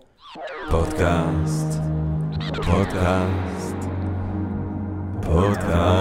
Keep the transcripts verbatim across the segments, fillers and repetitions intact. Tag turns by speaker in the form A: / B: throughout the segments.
A: פודקאסט, פודקאסט, פודקאסט.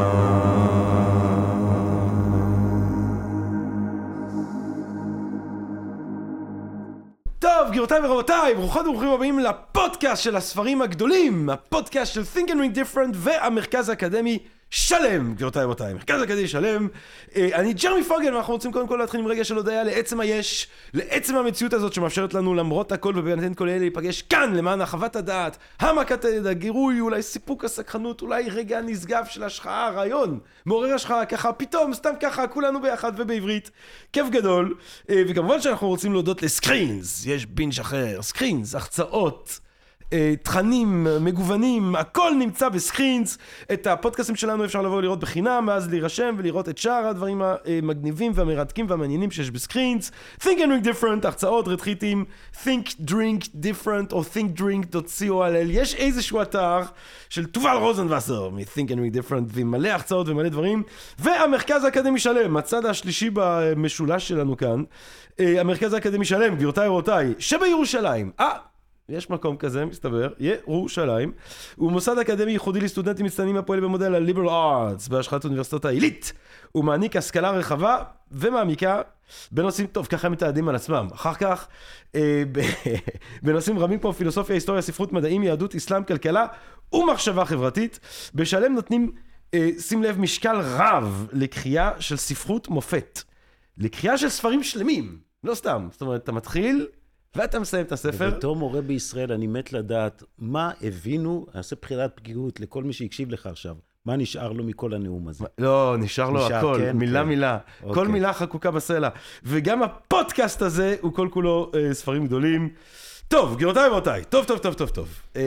A: טוב, גבירותיי ורבותיי, ברוכות וברוכים הבאים לפודקאסט של הספרים הגדולים, הפודקאסט של Think and Read Different והמרכז האקדמי שלם, גבירותיי ורבותיי, מרכז האקדמי שלם. אני ג'רמי פוגל, ואנחנו רוצים קודם כל להתחיל עם רגע של הודעה לעצם היש, לעצם המציאות הזאת שמאפשרת לנו למרות הכל ובהינתן כל אלה להיפגש כאן למען החוות הדעת, המכת הידע, הגירוי, אולי סיפוק הסקרנות, אולי רגע נשגב של השחאה, רעיון, מעורר השחאה, ככה פתאום, סתם ככה, כולנו ביחד ובעברית, כיף גדול. וכמובן שאנחנו רוצים להודות לסקרינס, יש בינג' אחר, סקרינס, החצאות, תכנים מגוונים, הכל נמצא בסקרינס. את הפודקאסטים שלנו אפשר לבוא לראות בחינם, ואז להירשם ולראות את שאר הדברים המגניבים והמרתקים והמעניינים שיש בסקרינס. Think and Drink Different, הרצאות, רתחיתים, Think Drink Different או think drink דוט סי או אל אל. יש איזשהו אתר של תובל רוזנווסר מ-Think and Drink Different ומלא הרצאות ומלא דברים. והמרכז האקדמי שלם, הצד השלישי במשולש שלנו כאן, המרכז האקדמי שלם, גבירותיי ורבותיי, שבירושלים. אה יש מקום כזה, מסתבר, ירושלים. הוא מוסד אקדמי ייחודי לסטודנטים מצטיינים הפועל במודל ה-Liberal Arts בהשחת אוניברסיטאות העילית. הוא מעניק השכלה רחבה ומעמיקה בנושאים, טוב, ככה הם מתעדים על עצמם. אחר כך, אה, בנושאים רבים פה, פילוסופיה, היסטוריה, ספרות, מדעים, יהדות, אסלאם, כלכלה ומחשבה חברתית. בשלם נותנים, אה, שים לב, משקל רב לקריאה של ספרות מופת. לקריאה של ספרים שלמים, לא סתם. זאת אומרת, אתה מתחיל ואתה מסיים את הספר.
B: ובתור מורה בישראל אני מת לדעת מה הבינו, אני אעשה בחירת פגיעות לכל מי שיקשיב לך עכשיו, מה נשאר לו מכל הנאום הזה.
A: לא, נשאר לו
B: נשאר,
A: הכל,
B: כן,
A: מילה
B: כן.
A: מילה,
B: אוקיי.
A: כל מילה חקוקה בסלע. וגם הפודקאסט הזה הוא כל כולו אה, ספרים גדולים. טוב, גבירותיי ורבותיי, טוב, טוב, טוב, טוב, טוב. אה,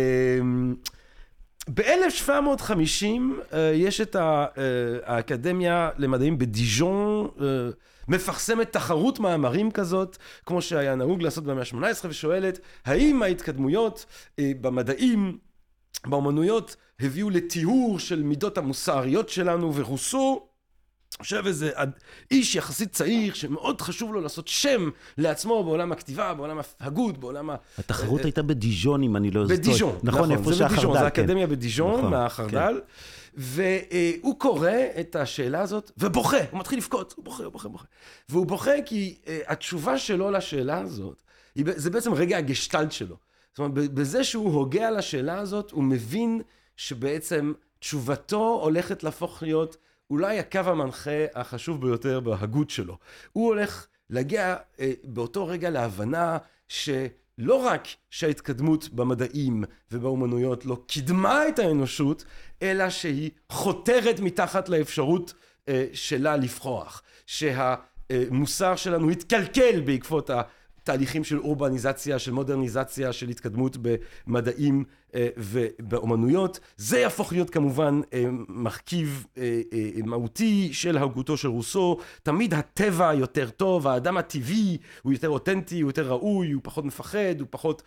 A: ב-אלף שבע מאות וחמישים אה, יש את ה, אה, האקדמיה למדעים בדיז'ון, אה, מפרסמת תחרות מאמרים כזאת, כמו שהיה נהוג לעשות במאה ה-שמונה עשרה, ושואלת, האם ההתקדמויות אה, במדעים, באמנויות, הביאו לטיהור של מידות המוסריות שלנו, ורוסו, חושב איזה איש יחסית צעיר, שמאוד חשוב לו לעשות שם לעצמו בעולם הכתיבה, בעולם ההגות, בעולם ה...
B: התחרות הייתה בדיז'ון, אם אני לא זוכר.
A: בדיז'ון,
B: נכון, איפה
A: זה בדיז'ון, זה
B: כן.
A: האקדמיה בדיז'ון,
B: נכון,
A: מהחרדל. והוא קורא את השאלה הזאת, ובוכה, הוא מתחיל לבכות, הוא בוכה, הוא בוכה, בוכה. והוא בוכה כי התשובה שלו לשאלה הזאת, זה בעצם רגע הגשטלט שלו. זאת אומרת, בזה שהוא הוגע לשאלה הזאת, הוא מבין שבעצם תשובתו הולכת להפוך להיות אולי הקו המנחה החשוב ביותר בהגות שלו. הוא הולך להגיע באותו רגע להבנה שלא רק שההתקדמות במדעים ובאומנויות לא קידמה את האנושות, אלא שהיא חותרת מתחת לאפשרות שלה לפרוח. שהמוסר שלנו התקלקל בעקבות התהליכים של אורבניזציה, של מודרניזציה, של התקדמות במדעים ובאומנויות. זה יהפוך להיות כמובן מרכיב מהותי של הגותו של רוסו. תמיד הטבע יותר טוב, האדם הטבעי הוא יותר אותנטי, הוא יותר ראוי, הוא פחות מפחד, הוא פחות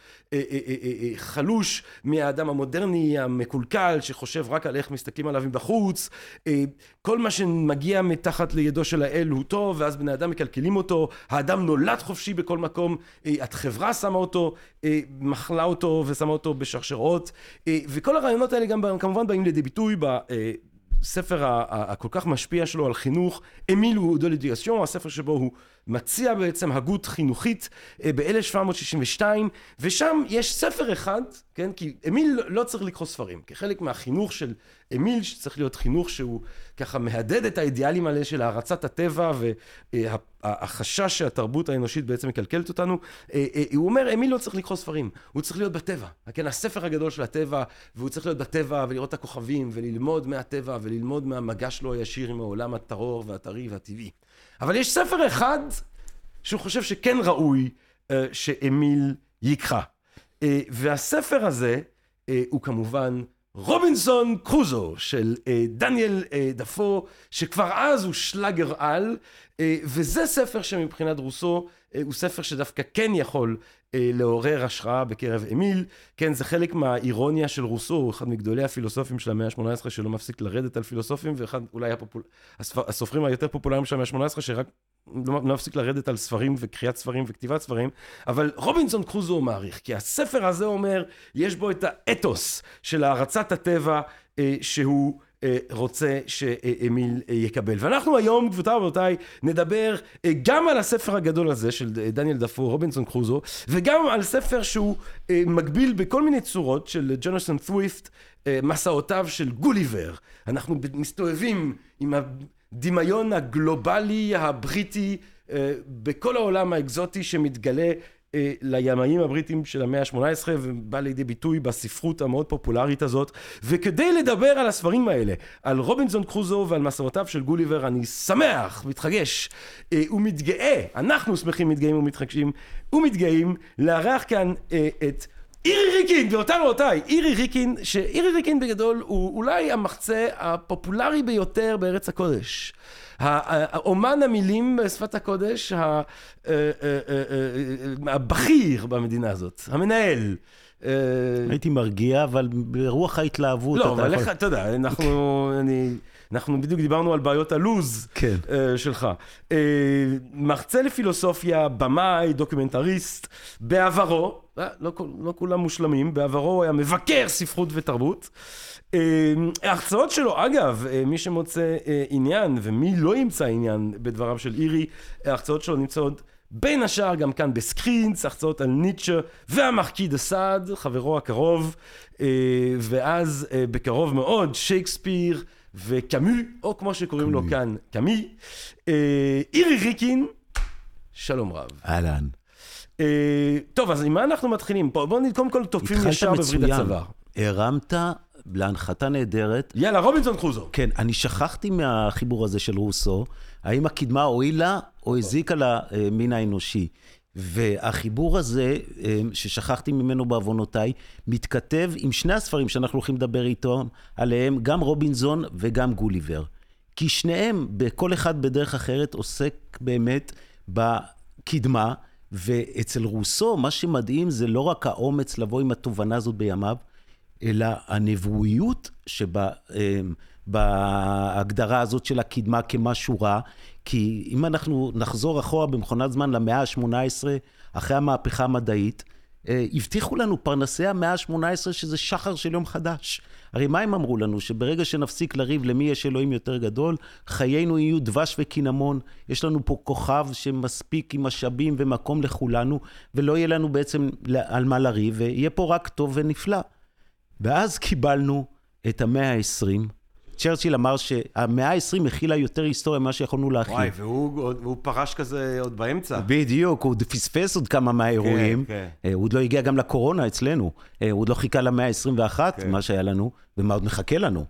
A: חלוש מהאדם המודרני המקולקל שחושב רק על איך מסתכלים עליו מבחוץ. כל מה שמגיע מתחת לידו של האל הוא טוב, ואז בני אדם מקלקלים אותו. האדם נולד חופשי בכל מקום, החברה שמה אותו, מחלה אותו ושמה אותו בשרשרות. וכל הרעיונות האלה גם כמובן באים לידי ביטוי בספר הכל כך משפיע שלו על חינוך, אמיל דה l'éducation, הספר שבו הוא מציע בעצם הגות חינוכית ב-אלף שבע מאות שישים ושתיים, ושם יש ספר אחד, כן? כי אמיל לא צריך לקרוא ספרים, כחלק מהחינוך של אמיל, שצריך להיות חינוך שהוא ככה מהדד את האידיאלים האלה של הערצת הטבע והחשש שהתרבות האנושית בעצם מקלקלת אותנו. הוא אומר, אמיל לא צריך לקרוא ספרים, הוא צריך להיות בטבע, כן? הספר הגדול של הטבע, והוא צריך להיות בטבע ולראות את הכוכבים וללמוד מהטבע וללמוד מהמגע שלו הישיר עם העולם הטרור והטרי והטבעי. אבל יש ספר אחד שהוא חושב שכן ראוי uh, שאמיל יקרא. Uh, והספר הזה uh, הוא כמובן רובינסון קרוזו של uh, דניאל uh, דפו, שכבר אז הוא שלאגר על, uh, וזה ספר שמבחינת רוסו uh, הוא ספר שדווקא כן יכול uh, לעורר השראה בקרב אמיל. כן, זה חלק מהאירוניה של רוסו, הוא אחד מגדולי הפילוסופים של המאה ה-שמונה עשרה שלא מפסיק לרדת על פילוסופים, ואחד אולי הפופול... הסופרים היותר פופולריים של המאה ה-שמונה עשרה שרק לא מפסיק לרדת על ספרים וקריאת ספרים וכתיבת ספרים, אבל רובינסון קרוזו הוא מעריך, כי הספר הזה אומר, יש בו את האתוס של הערצת הטבע שהוא רוצה שאמיל יקבל. ואנחנו היום, גבירותיי ורבותיי, נדבר גם על הספר הגדול הזה של דניאל דפו, רובינסון קרוזו, וגם על ספר שהוא מקביל בכל מיני צורות של ג'ונתן סוויפט, מסעותיו של גוליבר. אנחנו מסתובבים עם הדמיון הגלובלי הבריטי בכל העולם האקזוטי שמתגלה לימאים הבריטים של המאה ה-שמונה עשרה ובא לידי ביטוי בספרות המאוד פופולרית הזאת. וכדי לדבר על הספרים האלה, על רובינסון קרוזו ועל מסעותיו של גוליבר, אני שמח, מתחגש ומתגאה, אנחנו שמחים, מתגאים ומתחגשים ומתגאים לארח כאן את אירי ריקין, גבירותיי ורבותיי, אירי ריקין, שאירי ריקין בגדול הוא אולי המחצה הפופולרי ביותר בארץ הקודש. האומן המילים בשפת הקודש, הבכיר במדינה הזאת, המנהל.
B: הייתי מרגיע, אבל ברוח ההתלהבות.
A: לא, אבל לך, אתה יודע, אנחנו, אני, אנחנו בדיוק דיברנו על בעיות הלוז
B: כן.
A: שלך. מחצה לפילוסופיה, במאי, דוקומנטריסט, בעברו, לא, לא כולם מושלמים, בעברו הוא היה מבקר ספרות ותרבות. ההרצאות שלו, אגב, מי שמוצא עניין ומי לא ימצא עניין בדבריו של אירי, ההרצאות שלו נמצאות בין השאר גם כאן בסקרינס, הרצאות על ניטשה והמרקי דה סאד, חברו הקרוב, ואז בקרוב מאוד שייקספיר וקאמו, או כמו שקוראים לו כאן, קאמי. אירי ריקין, שלום רב.
B: אהלן.
A: טוב, אז עם מה אנחנו מתחילים? בואו קודם כל תוקפים ישר בברית הצוואר.
B: הרמת להנחתה נהדרת.
A: יאללה, רובינסון קרוזו.
B: כן, אני שכחתי מהחיבור הזה של רוסו, האם הקדמה הועילה או הזיקה למין האנושי. והחיבור הזה, ששכחתי ממנו בעוונותיי, מתכתב עם שני הספרים שאנחנו הולכים לדבר איתו עליהם, גם רובינסון וגם גוליבר. כי שניהם, בכל אחד בדרך אחרת, עוסק באמת בקדמה, ואצל רוסו, מה שמדהים זה לא רק האומץ לבוא עם התובנה הזאת בימיו, אלא הנבואיות שבהגדרה הזאת של הקדמה כמשהו רע, כי אם אנחנו נחזור אחורה במכונת זמן למאה ה-שמונה עשרה, אחרי המהפכה המדעית, הבטיחו לנו פרנסי המאה ה-שמונה עשרה שזה שחר של יום חדש. הרי מה הם אמרו לנו? שברגע שנפסיק לריב למי יש אלוהים יותר גדול, חיינו יהיו דבש וקינמון, יש לנו פה כוכב שמספיק עם משאבים ומקום לכולנו, ולא יהיה לנו בעצם על מה לריב, ויהיה פה רק טוב ונפלא. ואז קיבלנו את המאה ה-עשרים. צ'רצ'יל אמר שהמאה ה-עשרים הכילה יותר היסטוריה ממה שיכולנו להכיל.
A: וואי, והוא, והוא פרש כזה עוד באמצע.
B: בדיוק, הוא פספס עוד כמה מהאירועים.
A: כן, כן.
B: הוא עוד לא הגיע גם לקורונה אצלנו. הוא עוד לא חיכה למאה ה-עשרים ואחת, כן. מה שהיה לנו, ומה עוד מחכה לנו.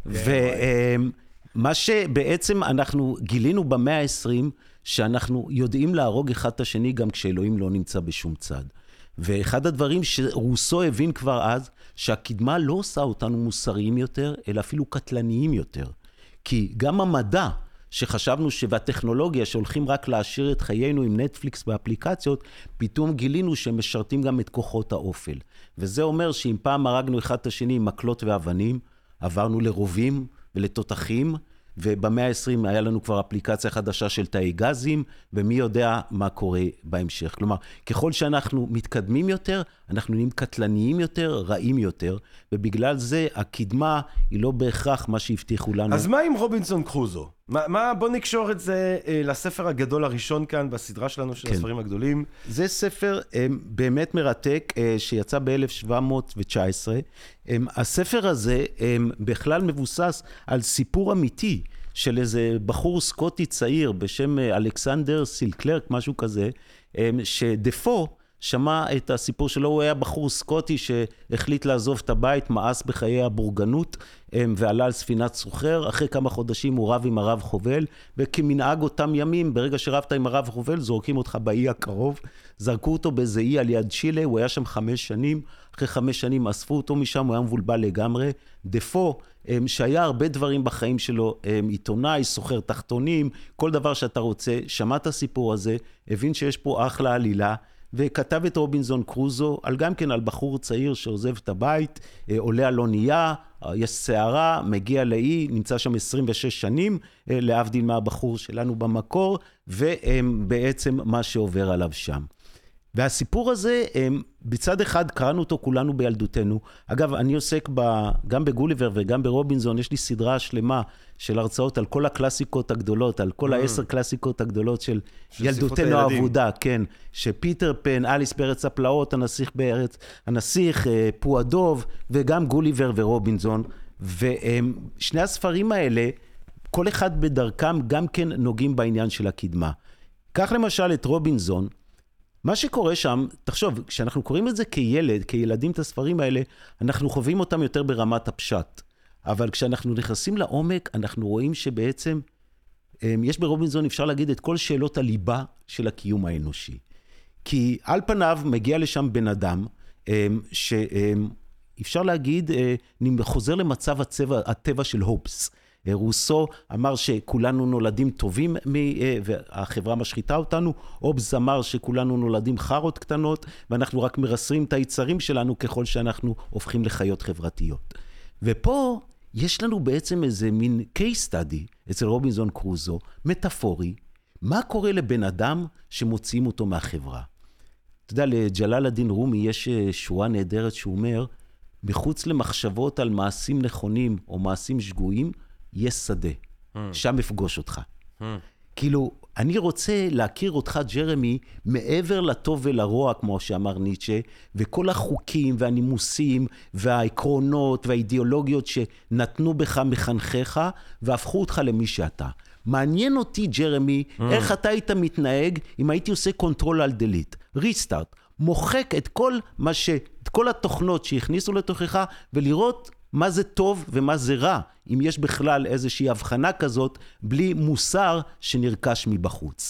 B: כן, ומה שבעצם אנחנו גילינו במאה ה-עשרים, שאנחנו יודעים להרוג אחד את השני גם כשאלוהים לא נמצא בשום צד. ואחד הדברים שרוסו הבין כבר אז, שהקדמה לא עושה אותנו מוסריים יותר, אלא אפילו קטלניים יותר. כי גם המדע, שחשבנו שהטכנולוגיה שהולכים רק להשאיר את חיינו עם נטפליקס באפליקציות, פתאום גילינו שהם משרתים גם את כוחות האופל. וזה אומר שאם פעם הרגנו אחד את השני עם מקלות ואבנים, עברנו לרובים ולתותחים, ובמאה ה-עשרים היה לנו כבר אפליקציה חדשה של תאי גזים, ומי יודע מה קורה בהמשך. כלומר, ככל שאנחנו מתקדמים יותר, אנחנו נהיים קטלניים יותר, רעים יותר, ובגלל זה הקדמה היא לא בהכרח מה שהבטיחו לנו.
A: אז מה עם רובינסון קרוזו? מה, מה, בוא נקשור את זה אה, לספר הגדול הראשון כאן, בסדרה שלנו של כן. הספרים הגדולים.
B: זה ספר אה, באמת מרתק, אה, שיצא ב-אלף שבע מאות תשע עשרה. אה, הספר הזה אה, בכלל מבוסס על סיפור אמיתי, של איזה בחור סקוטי צעיר, בשם אה, אלכסנדר סילקלרק, משהו כזה, אה, שדפו, שמע את הסיפור שלו, הוא היה בחור סקוטי שהחליט לעזוב את הבית, מאס בחיי הבורגנות, ועלה על ספינת סוחר. אחרי כמה חודשים הוא רב עם הרב חובל, וכמנהג אותם ימים, ברגע שרבת עם הרב חובל, זורקים אותך באי הקרוב, זרקו אותו באיזה אי על יד צ'ילה, הוא היה שם חמש שנים, אחרי חמש שנים אספו אותו משם, הוא היה מבולבל לגמרי. דפו, שהיה הרבה דברים בחיים שלו, עיתונאי, סוחר תחתונים, כל דבר שאתה רוצה, שמע את הסיפור הזה, הבין שיש פה אחלה עלילה, וכתב את רובינזון קרוזו, על גם כן על בחור צעיר שעוזב את הבית, עולה על אונייה, יש סערה, מגיע לאי, נמצא שם עשרים ושש שנים, להבדיל מהבחור שלנו במקור, ובעצם מה שעובר עליו שם. והסיפור הזה, בצד אחד קראנו אותו כולנו בילדותנו. אגב, אני עוסק ב, גם בגוליבר וגם ברובינזון, יש לי סדרה שלמה של הרצאות על כל הקלאסיקות הגדולות, על כל העשר קלאסיקות הגדולות של, של ילדותנו העבודה, כן, שפיטר פן, אליס בארץ הפלאות, הנסיך בארץ, הנסיך, פועדוב, וגם גוליבר ורובינזון, ושני הספרים האלה, כל אחד בדרכם גם כן נוגעים בעניין של הקדמה. כך למשל את רובינזון, מה שקורה שם, תחשוב, כשאנחנו קוראים את זה כילד, כילדים את הספרים האלה, אנחנו חווים אותם יותר ברמת הפשט. אבל כשאנחנו נכנסים לעומק, אנחנו רואים שבעצם יש ברובינזון, אפשר להגיד, את כל שאלות הליבה של הקיום האנושי. כי על פניו מגיע לשם בן אדם, שאפשר להגיד, חוזר למצב הצבע, הטבע של הובס. רוסו אמר שכולנו נולדים טובים והחברה משחיתה אותנו, אובס אמר שכולנו נולדים חרות קטנות ואנחנו רק מרסרים את היצרים שלנו ככל שאנחנו הופכים לחיות חברתיות. ופה יש לנו בעצם איזה מין case study אצל רובינזון קרוזו, מטאפורי, מה קורה לבן אדם שמוציאים אותו מהחברה. אתה יודע, לג'לאל א-דין רומי יש שורה נהדרת שהוא אומר, מחוץ למחשבות על מעשים נכונים או מעשים שגויים, יש שדה, mm. שם אפגוש אותך. Mm. כאילו, אני רוצה להכיר אותך, ג'רמי, מעבר לטוב ולרוע, כמו שאמר ניטשה, וכל החוקים והנימוסים והעקרונות והאידיאולוגיות שנתנו בך מחנכך, והפכו אותך למי שאתה. מעניין אותי, ג'רמי, mm. איך אתה היית מתנהג אם הייתי עושה קונטרול על דליט, ריסטארט, מוחק את כל, מה ש... את כל התוכנות שהכניסו לתוכך, ולראות מה זה טוב ומה זה רע, אם יש בכלל איזושהי הבחנה כזאת, בלי מוסר שנרכש מבחוץ.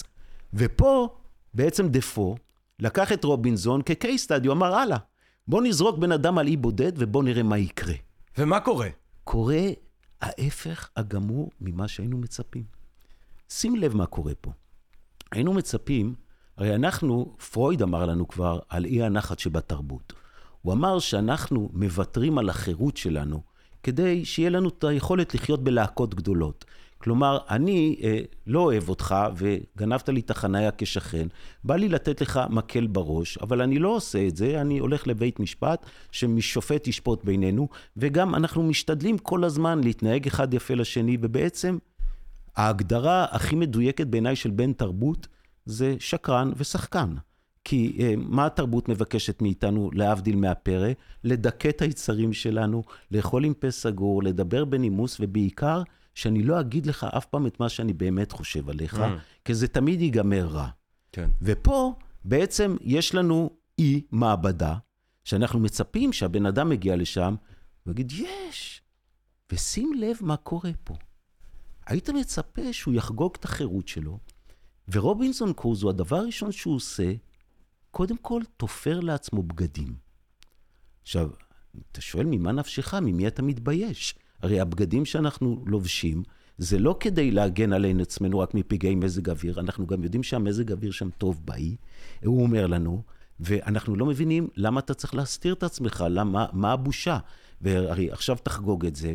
B: ופה בעצם דפו לקח את רובינזון כקייס סטאדי, הוא אמר, הלאה, בוא נזרוק בן אדם על אי בודד ובוא נראה מה יקרה.
A: ומה קורה?
B: קורה ההפך הגמור ממה שהיינו מצפים. שים לב מה קורה פה. היינו מצפים, הרי אנחנו, פרויד אמר לנו כבר על אי הנחת שבתרבות. הוא אמר שאנחנו מוותרים על החירות שלנו, כדי שיהיה לנו את היכולת לחיות בלהקות גדולות. כלומר, אני אה, לא אוהב אותך וגנבת לי את החניה כשכן, בא לי לתת לך מקל בראש, אבל אני לא עושה את זה, אני הולך לבית משפט שמשופט ישפוט בינינו, וגם אנחנו משתדלים כל הזמן להתנהג אחד יפה לשני, ובעצם ההגדרה הכי מדויקת בעיניי של בן תרבות, זה שקרן ושחקן. כי אה, מה התרבות מבקשת מאיתנו להבדיל מהפרא? לדכא את היצרים שלנו, לאכול עם פה סגור, לדבר בנימוס, ובעיקר שאני לא אגיד לך אף פעם את מה שאני באמת חושב עליך, mm. כי זה תמיד ייגמר רע.
A: כן.
B: ופה בעצם יש לנו אי מעבדה, שאנחנו מצפים שהבן אדם מגיע לשם, ויגיד, יש! ושים לב מה קורה פה. היית מצפה שהוא יחגוג את החירות שלו, ורובינזון קרוזו, הדבר הראשון שהוא עושה, קודם כל תופר לעצמו בגדים. עכשיו, אתה שואל ממה נפשך, ממי אתה מתבייש? הרי הבגדים שאנחנו לובשים, זה לא כדי להגן עלינו עצמנו רק מפגעי מזג אוויר, אנחנו גם יודעים שהמזג אוויר שם טוב באי, הוא אומר לנו, ואנחנו לא מבינים למה אתה צריך להסתיר את עצמך, למה, מה הבושה? והרי עכשיו תחגוג את זה,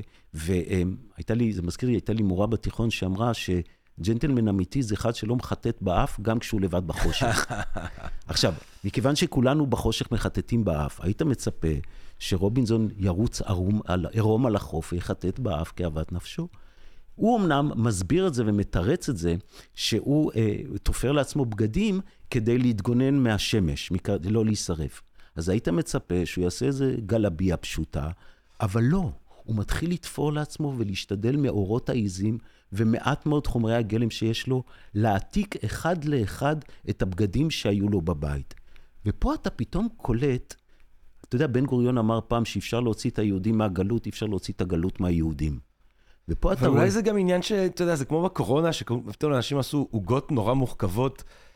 B: והייתה לי, זה מזכיר לי, הייתה לי מורה בתיכון שאמרה ש... ג'נטלמן אמיתי זה אחד שלא מחטט באף, גם כשהוא לבד בחושך. עכשיו, מכיוון שכולנו בחושך מחטטים באף, היית מצפה שרובינזון ירוץ ערום, ערום על החוף ויחטט באף כאוות נפשו? הוא אמנם מסביר את זה ומתרץ את זה, שהוא אה, תופר לעצמו בגדים כדי להתגונן מהשמש, לא להישרף. אז היית מצפה שהוא יעשה איזה גלביה פשוטה, אבל לא. הוא מתחיל לתפור לעצמו ולהשתדל מאורות העיזים ומעט מאוד חומרי הגלם שיש לו, להעתיק אחד לאחד את הבגדים שהיו לו בבית. ופה אתה פתאום קולט, אתה יודע, בן גוריון אמר פעם שאפשר להוציא את היהודים מהגלות, אפשר להוציא את הגלות מהיהודים. ופה אתה רואה...
A: ואולי זה גם עניין שאתה יודע, זה כמו בקורונה, שפתאום אנשים עשו עוגות נורא מוחכבות,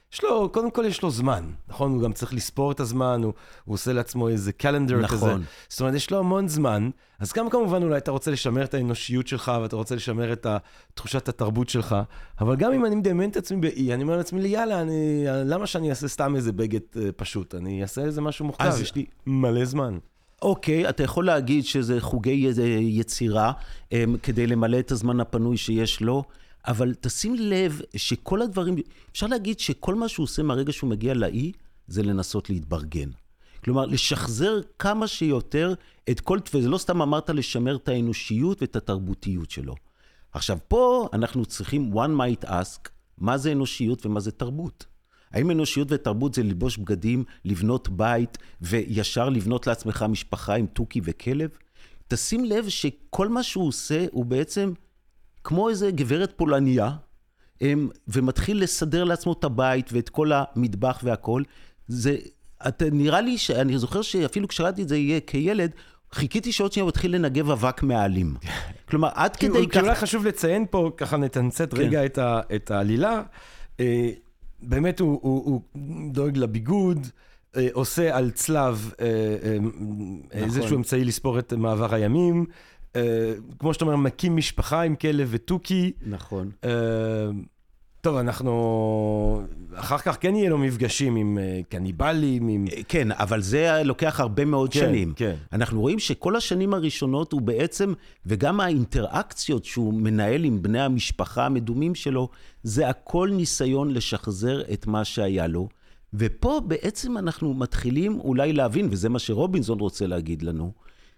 A: יש לו, קודם כל יש לו זמן, נכון? הוא גם צריך לספור את הזמן, הוא, הוא עושה לעצמו איזה קלנדר
B: נכון.
A: כזה. זאת אומרת, יש לו המון זמן, אז גם כמובן אולי אתה רוצה לשמר את האנושיות שלך, ואתה רוצה לשמר את תחושת התרבות שלך, אבל גם אם אני מדמיין את עצמי באי, אני אומר לעצמי, יאללה, אני, למה שאני אעשה סתם איזה בגד פשוט? אני אעשה איזה משהו מוכתב, אז... יש לי מלא זמן.
B: אוקיי, אתה יכול להגיד שזה חוגי יצירה, כדי למלא את הזמן הפנוי שיש לו, אבל תשים לב שכל הדברים, אפשר להגיד שכל מה שהוא עושה מהרגע שהוא מגיע לאי, זה לנסות להתברגן. כלומר, לשחזר כמה שיותר את כל, וזה לא סתם אמרת לשמר את האנושיות ואת התרבותיות שלו. עכשיו, פה אנחנו צריכים, one might ask, מה זה אנושיות ומה זה תרבות? האם אנושיות ותרבות זה ללבוש בגדים, לבנות בית, וישר לבנות לעצמך משפחה עם טוקי וכלב? תשים לב שכל מה שהוא עושה הוא בעצם כמו איזה גברת פולניה, ומתחיל לסדר לעצמו את הבית ואת כל המטבח והכל. זה, אתה, נראה לי שאני זוכר שאפילו כששאלתי את זה יהיה כילד, חיכיתי שעוד שנייה מתחיל לנגב אבק מעלים. כלומר, עד כדי כך...
A: כי אולי חשוב לציין פה, ככה נתנצת רגע את העלילה, באמת הוא, הוא, הוא דואג לביגוד, אה, עושה על צלב אה, אה, נכון. איזשהו אמצעי לספור את מעבר הימים, אה, כמו שאתה אומר, מקים משפחה עם כלב וטוקי.
B: נכון.
A: אה, טוב, אנחנו... אחר כך כן יהיה לו מפגשים עם אה, קניבלים, עם...
B: כן, אבל זה לוקח הרבה מאוד
A: כן,
B: שנים.
A: כן.
B: אנחנו רואים שכל השנים הראשונות הוא בעצם, וגם האינטראקציות שהוא מנהל עם בני המשפחה המדומים שלו, זה הכל ניסיון לשחזר את מה שהיה לו. ופה בעצם אנחנו מתחילים אולי להבין, וזה מה שרובינזון רוצה להגיד לנו,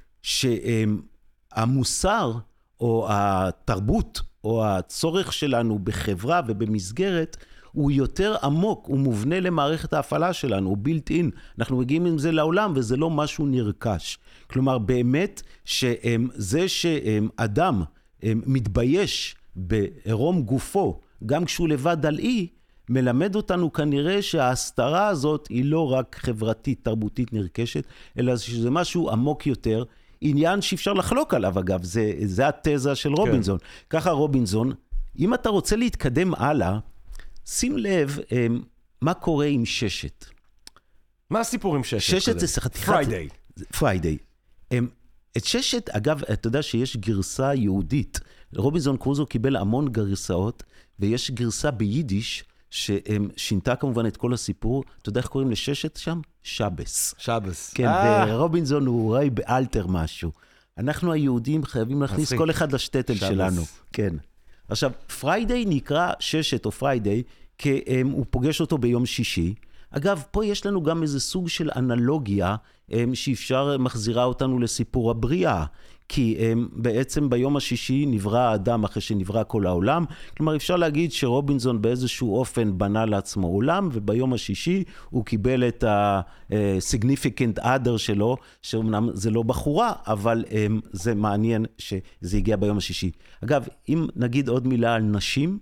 B: שהמוסר או התרבות או הצורך שלנו בחברה ובמסגרת הוא יותר עמוק, הוא מובנה למערכת ההפעלה שלנו, הוא built in. אנחנו מגיעים עם זה לעולם וזה לא משהו נרכש. כלומר, באמת שזה שאדם מתבייש בעירום גופו, גם כשהוא לבד על אי, מלמד אותנו כנראה שההסתרה הזאת היא לא רק חברתית, תרבותית נרכשת, אלא שזה משהו עמוק יותר, עניין שאפשר לחלוק עליו אגב, זה, זה התזה של רובינזון. כן. ככה רובינזון, אם אתה רוצה להתקדם הלאה, שים לב מה קורה עם ששת.
A: מה הסיפור עם ששת?
B: ששת זה חתיכת...
A: פריידיי.
B: פריידיי. את ששת, אגב, אתה יודע שיש גרסה יהודית. רובינזון קרוזו קיבל המון גרסאות, ויש גרסה ביידיש, ששינתה כמובן את כל הסיפור. אתה יודע איך קוראים לששת שם? שבס.
A: שבס.
B: כן, ורובינזון הוא ראי באלתר משהו. אנחנו היהודים חייבים להכניס כל אחד לשטטל שלנו. כן. עכשיו, פריידיי נקרא ששת או פריידיי, כי הוא פוגש אותו ביום שישי. אגב, פה יש לנו גם איזה סוג של אנלוגיה, שאפשר מחזירה אותנו לסיפור הבריאה. כי בעצם ביום השישי נברא האדם אחרי שנברא כל העולם. כלומר, אפשר להגיד שרובינזון באיזשהו אופן בנה לעצמו עולם, וביום השישי הוא קיבל את ה-significant other שלו, שאומנם זה לא בחורה, אבל זה מעניין שזה הגיע ביום השישי. אגב, אם נגיד עוד מילה על נשים,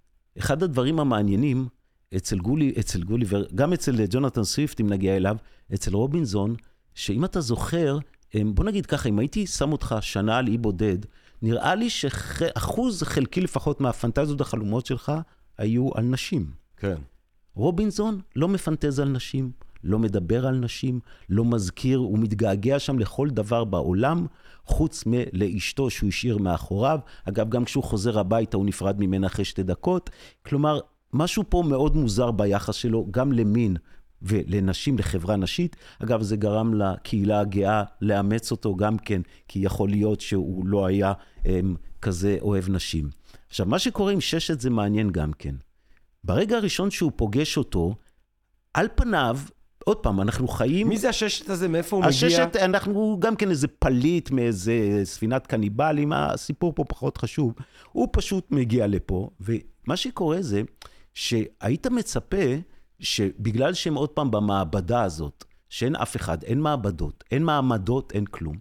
B: אחד הדברים המעניינים, אצל גולי, אצל גוליבר, גם אצל ג'ונתן סוויפט, אם נגיע אליו, אצל רובינזון, שאם אתה זוכר, בוא נגיד ככה, אם הייתי שם אותך שנה על אי בודד, נראה לי שאחוז חלקי לפחות מהפנטזיות החלומות שלך היו על נשים.
A: כן.
B: רובינזון לא מפנטז על נשים, לא מדבר על נשים, לא מזכיר, הוא מתגעגע שם לכל דבר בעולם, חוץ מלאשתו שהוא השאיר מאחוריו. אגב, גם כשהוא חוזר הביתה הוא נפרד ממנה אחרי שתי דקות. כלומר, משהו פה מאוד מוזר ביחס שלו, גם למין ולנשים, לחברה נשית. אגב, זה גרם לקהילה הגאה לאמץ אותו גם כן, כי יכול להיות שהוא לא היה הם, כזה אוהב נשים. עכשיו, מה שקורה עם ששת זה מעניין גם כן. ברגע הראשון שהוא פוגש אותו, על פניו, עוד פעם, אנחנו חיים...
A: מי זה הששת הזה? מאיפה הוא
B: הששת,
A: מגיע?
B: הששת, אנחנו גם כן איזה פליט מאיזה ספינת קניבלים, הסיפור פה פחות חשוב. הוא פשוט מגיע לפה, ומה שקורה זה שהיית מצפה שבגלל שהם עוד פעם במעבדה הזאת, שאין אף אחד, אין מעבדות, אין מעמדות, אין כלום,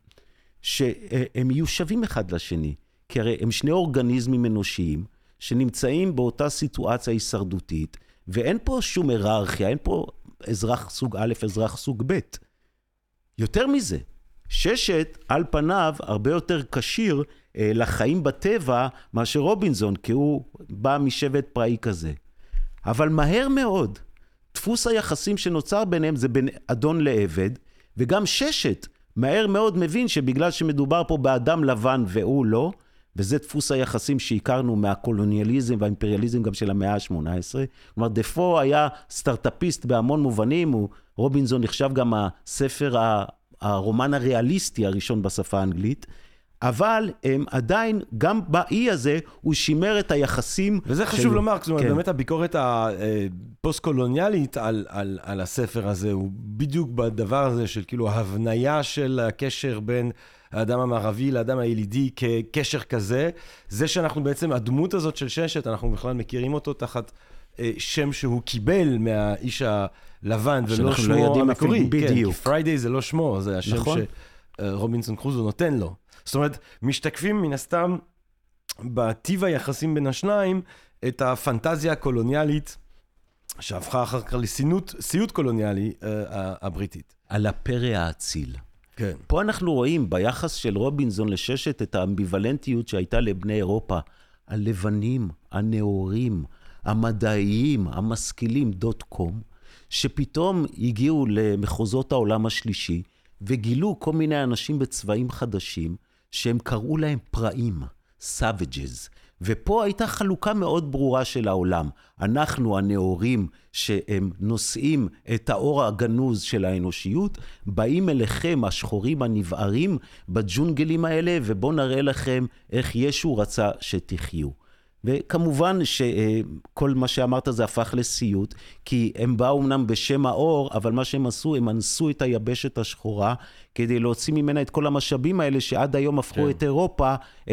B: שהם יהיו שווים אחד לשני. כי הרי הם שני אורגניזמים אנושיים, שנמצאים באותה סיטואציה הישרדותית, ואין פה שום היררכיה, אין פה אזרח סוג א', אזרח סוג ב'. יותר מזה, ששת על פניו הרבה יותר קשיר אה, לחיים בטבע מאשר רובינזון, כי הוא בא משבט פראי כזה. אבל מהר מאוד, דפוס היחסים שנוצר ביניהם זה בין אדון לעבד, וגם ששת מהר מאוד מבין שבגלל שמדובר פה באדם לבן והוא לא, וזה דפוס היחסים שהכרנו מהקולוניאליזם והאימפריאליזם גם של המאה ה-שמונה עשרה. כלומר, דפו היה סטארט-אפיסט בהמון מובנים, הוא, רובינזון נחשב גם הספר, הרומן הריאליסטי הראשון בשפה האנגלית, אבל הם עדיין, גם באי הזה, הוא שימר את היחסים.
A: וזה חשוב של... לומר, זאת אומרת, כן. באמת הביקורת הפוסט-קולוניאלית על, על, על הספר הזה, הוא בדיוק בדבר הזה של כאילו ההבניה של הקשר בין האדם המערבי לאדם הילידי כקשר כזה. זה שאנחנו בעצם, הדמות הזאת של ששת, אנחנו בכלל מכירים אותו תחת שם שהוא קיבל מהאיש הלבן, ולא שמו לא המקורי.
B: בדיוק.
A: כן, פריידיי זה לא שמו, זה השם
B: נכון.
A: שרובינסון קרוזו נותן לו. זאת אומרת, משתקפים מן הסתם בטיב היחסים בין השניים את הפנטזיה הקולוניאלית שהפכה אחר כך לסיוט קולוניאלי uh, הבריטית.
B: על הפרא האציל.
A: כן.
B: פה אנחנו רואים ביחס של רובינזון לששת את האמביוולנטיות שהייתה לבני אירופה, הלבנים, הנאורים, המדעיים, המשכילים, דוט קום, שפתאום הגיעו למחוזות העולם השלישי, וגילו כל מיני אנשים בצבעים חדשים, שהם קראו להם פראים, savages. ופה הייתה חלוקה מאוד ברורה של העולם. אנחנו הנאורים שהם נושאים את האור הגנוז של האנושיות, באים אליכם השחורים הנבערים בג'ונגלים האלה, ובואו נראה לכם איך ישו רצה שתחיו. וכמובן שכל מה שאמרת זה הפך לסיוט, כי הם באו אמנם בשם האור, אבל מה שהם עשו, הם אנסו את היבשת השחורה, כדי להוציא ממנה את כל המשאבים האלה, שעד היום הפכו כן. את אירופה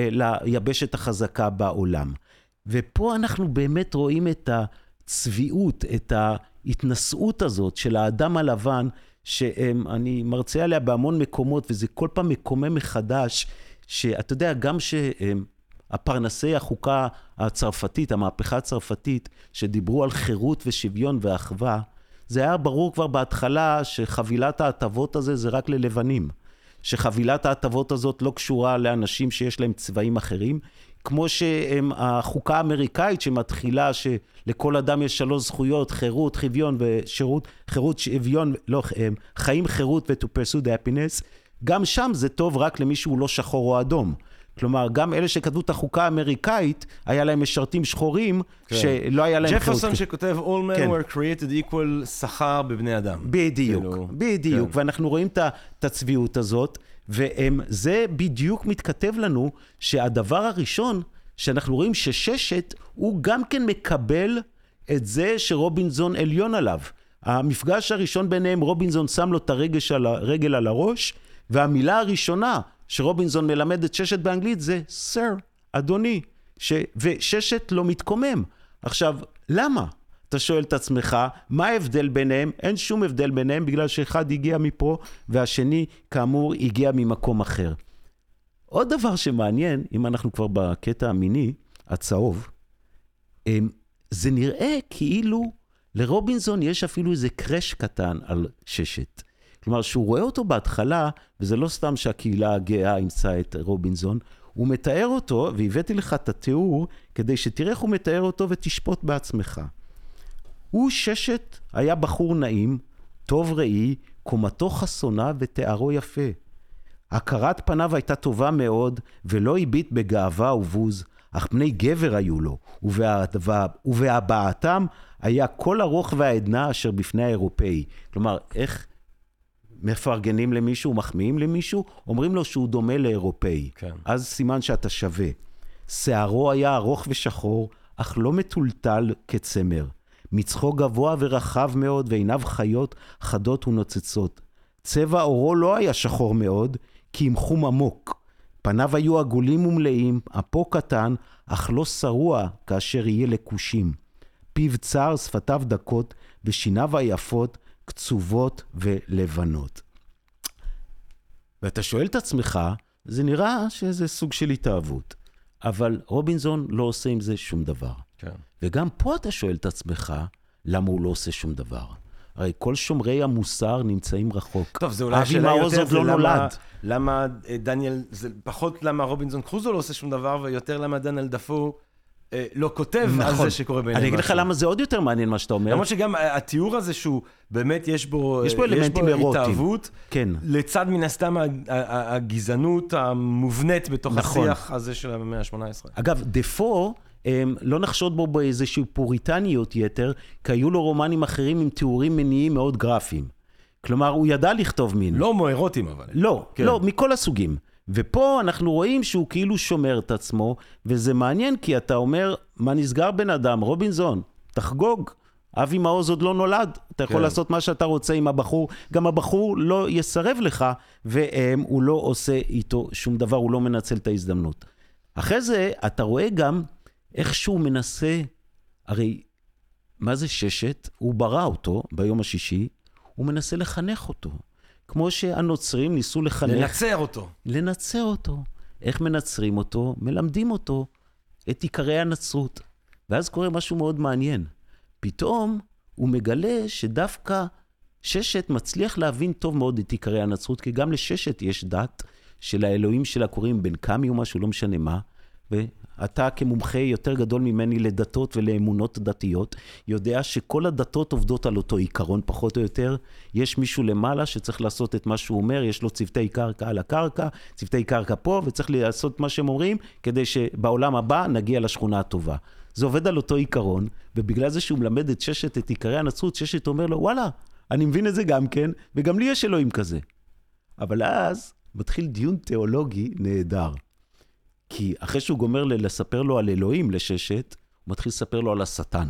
B: ליבשת החזקה בעולם. ופה אנחנו באמת רואים את הצביעות, את ההתנשאות הזאת של האדם הלבן, שאני מרצה עליה בהמון מקומות, וזה כל פעם מקומם מחדש, שאתה יודע, גם שהם, הפרנסי החוקה הצרפתית, המהפכה הצרפתית, שדיברו על חירות ושוויון ואחווה, זה היה ברור כבר בהתחלה שחבילת ההטבות הזה זה רק ללבנים. שחבילת ההטבות הזאת לא קשורה לאנשים שיש להם צבעים אחרים, כמו שהחוקה האמריקאית שמתחילה שלכל אדם יש שלוש זכויות, חירות, שוויון ושירות, חירות, שוויון, לא, חיים, חירות ו-to pursue the happiness, גם שם זה טוב רק למי שהוא לא שחור או אדום. כלומר, גם אלה שכתבו את החוקה האמריקאית, היה להם משרתים שחורים, כן. שלא היה להם...
A: ג'פרסון שכותב, All men כן. were created equal שכר בבני אדם.
B: בדיוק, כאילו... בדיוק. כן. ואנחנו רואים את הצביעות הזאת, וזה בדיוק מתכתב לנו, שהדבר הראשון, שאנחנו רואים שששת, הוא גם כן מקבל את זה שרובינזון עליון עליו. המפגש הראשון ביניהם, רובינזון שם לו את הרגל על, הרגל על הראש, והמילה הראשונה, שרובינזון מלמד את ששת באנגלית זה sir, אדוני, ש... וששת לא מתקומם. עכשיו, למה? אתה שואל את עצמך, מה ההבדל ביניהם? אין שום הבדל ביניהם, בגלל שאחד הגיע מפה, והשני, כאמור, הגיע ממקום אחר. עוד דבר שמעניין, אם אנחנו כבר בקטע המיני, הצהוב, זה נראה כאילו לרובינזון יש אפילו איזה קרש קטן על ששת. כלומר, שהוא רואה אותו בהתחלה, וזה לא סתם שהקהילה הגאה ימצא את רובינזון, הוא מתאר אותו, והבאתי לך את התיאור, כדי שתראה איך הוא מתאר אותו ותשפוט בעצמך. הוא ששת, היה בחור נעים, טוב ראי, קומתו חסונה ותארו יפה. הכרת פניו הייתה טובה מאוד, ולא הביט בגאווה ובוז, אך פני גבר היו לו, ובהבעתם היה כל הרוח והעדנה אשר בפני האירופאי. כלומר, איך... מפרגנים למישהו, מחמיאים למישהו, אומרים לו שהוא דומה לאירופאי. כן. אז סימן שאתה שווה. שערו היה ארוך ושחור, אך לא מטולטל כצמר. מצחו גבוה ורחב מאוד, ועיניו חיות, חדות ונוצצות. צבע אורו לא היה שחור מאוד, כי עם חום עמוק. פניו היו עגולים ומלאים, אפו קטן, אך לא שרוע כאשר יהיה לקושים. פיו צר, שפתיו דקות, ושיניו היפות, קצובות ולבנות. ואתה שואל את עצמך, זה נראה שזה סוג של התאהבות, אבל רובינזון לא עושה עם זה שום דבר. כן. וגם פה אתה שואל את עצמך, למה הוא לא עושה שום דבר? הרי כל שומרי המוסר נמצאים רחוק.
A: טוב, זה אולי השאלה יותר, זה לא למה, למה דניאל, זה פחות למה רובינזון קרוזו לא עושה שום דבר, ויותר למה דניאל דפו לא כותב על זה שקורה ביניהם.
B: אני אגיד לך למה זה עוד יותר מעניין מה שאתה אומר.
A: למרות שגם התיאור הזה שהוא באמת יש בו...
B: יש בו אלמנטים אירוטיים.
A: התאהבות,
B: כן.
A: לצד מן הסתם הגזענות המובנית בתוך השיח הזה של המאה ה-שמונה עשרה.
B: אגב, דפו, לא נחשוד בו באיזושהי פוריטניות יתר, כי היו לו רומנים אחרים עם תיאורים מיניים מאוד גרפיים. כלומר, הוא ידע לכתוב מין.
A: לא מוארוטים אבל.
B: לא, כן. לא, מכל הסוגים. ופה אנחנו רואים שהוא כאילו שומר את עצמו, וזה מעניין כי אתה אומר, מה נסגר בן אדם? רובינזון, תחגוג. אבי מעוז עוד לא נולד, אתה יכול כן. לעשות מה שאתה רוצה עם הבחור, גם הבחור לא יסרב לך, והוא לא עושה איתו שום דבר, הוא לא מנצל את ההזדמנות. אחרי זה, אתה רואה גם איך שהוא מנסה, הרי מה זה ששת? הוא ברא אותו ביום השישי, הוא מנסה לחנך אותו. כמו שהנוצרים ניסו לחנך...
A: לנצר אותו.
B: לנצר אותו. איך מנצרים אותו? מלמדים אותו את עיקרי הנצרות. ואז קורה משהו מאוד מעניין. פתאום הוא מגלה שדווקא ששת מצליח להבין טוב מאוד את עיקרי הנצרות, כי גם לששת יש דת של האלוהים שלה קוראים בן קמי או משהו, לא משנה מה, ואתה כמומחה יותר גדול ממני לדתות ולאמונות דתיות, יודע שכל הדתות עובדות על אותו עיקרון פחות או יותר. יש מישהו למעלה שצריך לעשות את מה שהוא אומר, יש לו צוותי קרקע על הקרקע, צוותי קרקע פה, וצריך לעשות מה שהם אומרים, כדי שבעולם הבא נגיע לשכונה הטובה. זה עובד על אותו עיקרון, ובגלל זה שהוא מלמד את ששת את עיקרי הנצרות, ששת אומר לו, וואלה, אני מבין את זה גם כן, וגם לי יש אלוהים כזה. אבל אז מתחיל דיון תיאולוגי נהדר. כי אחרי שהוא גומר לספר לו על אלוהים לששת, הוא מתחיל לספר לו על השטן.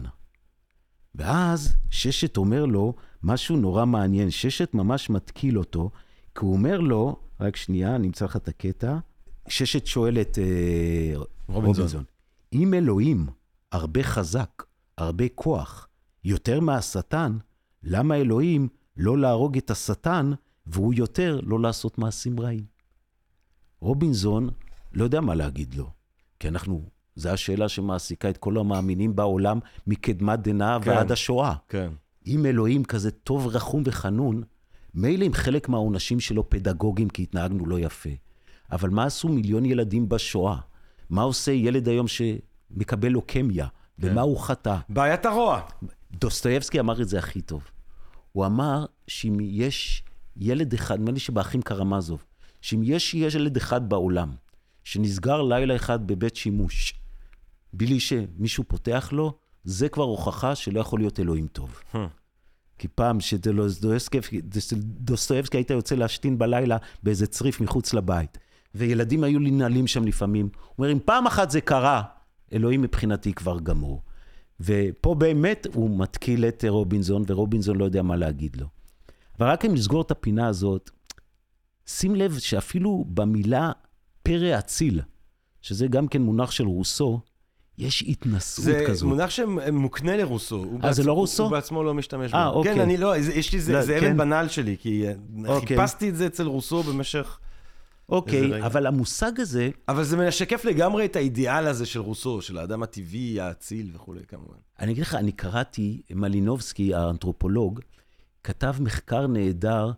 B: ואז ששת אומר לו משהו נורא מעניין. ששת ממש מתקיל אותו, כי הוא אומר לו, רק שנייה, נמצא לך את הקטע, ששת שואל את אה, רובינזון. רובינזון, אם אלוהים הרבה חזק, הרבה כוח, יותר מהשטן, למה אלוהים לא להרוג את השטן, והוא יותר לא לעשות מעשים רעים? רובינזון לא יודע מה להגיד לו, כי אנחנו, זו השאלה שמעסיקה את כל המאמינים בעולם, מקדמת דנא כן, ועד השואה.
A: כן.
B: אם אלוהים כזה טוב, רחום וחנון, מילא עם חלק מהעונשים שלו פדגוגים, כי התנהגנו לא יפה. אבל מה עשו מיליון ילדים בשואה? מה עושה ילד היום שמקבל לוקמיה? כן. ומה הוא חטא?
A: בעיית הרוע.
B: דוסטויבסקי אמר את זה הכי טוב. הוא אמר שאם יש ילד אחד, נדמה לי שבאחים קרמזוב, שאם יש ילד אחד בעולם, שנסגר לילה אחד בבית שימוש, בלי שמישהו פותח לו, זה כבר הוכחה שלא יכול להיות אלוהים טוב. כי פעם שדוסטויבסקי היית יוצא להשתין בלילה באיזה צריף מחוץ לבית, וילדים היו לי נעלים שם לפעמים. הוא אומר, אם פעם אחת זה קרה, אלוהים מבחינתי כבר גמור. ופה באמת הוא מתקיל את רובינזון, ורובינזון לא יודע מה להגיד לו. אבל רק אם נסגור את הפינה הזאת, שים לב שאפילו במילה פרא אציל, שזה גם כן מונח של רוסו, יש התנסות כזאת.
A: זה מונח שמוקנה לרוסו.
B: אה, זה לא רוסו?
A: הוא בעצמו לא משתמש בו.
B: אה, אוקיי.
A: כן, אני לא, יש לי, זה אבן בנאל שלי, כי חיפשתי את זה אצל רוסו במשך...
B: אוקיי, אבל המושג הזה...
A: אבל זה משקף לגמרי את האידיאל הזה של רוסו, של האדם הטבעי, האציל וכו' כמובן.
B: אני אגיד לך, אני קראתי, מלינובסקי, האנתרופולוג, כתב מחקר נהדר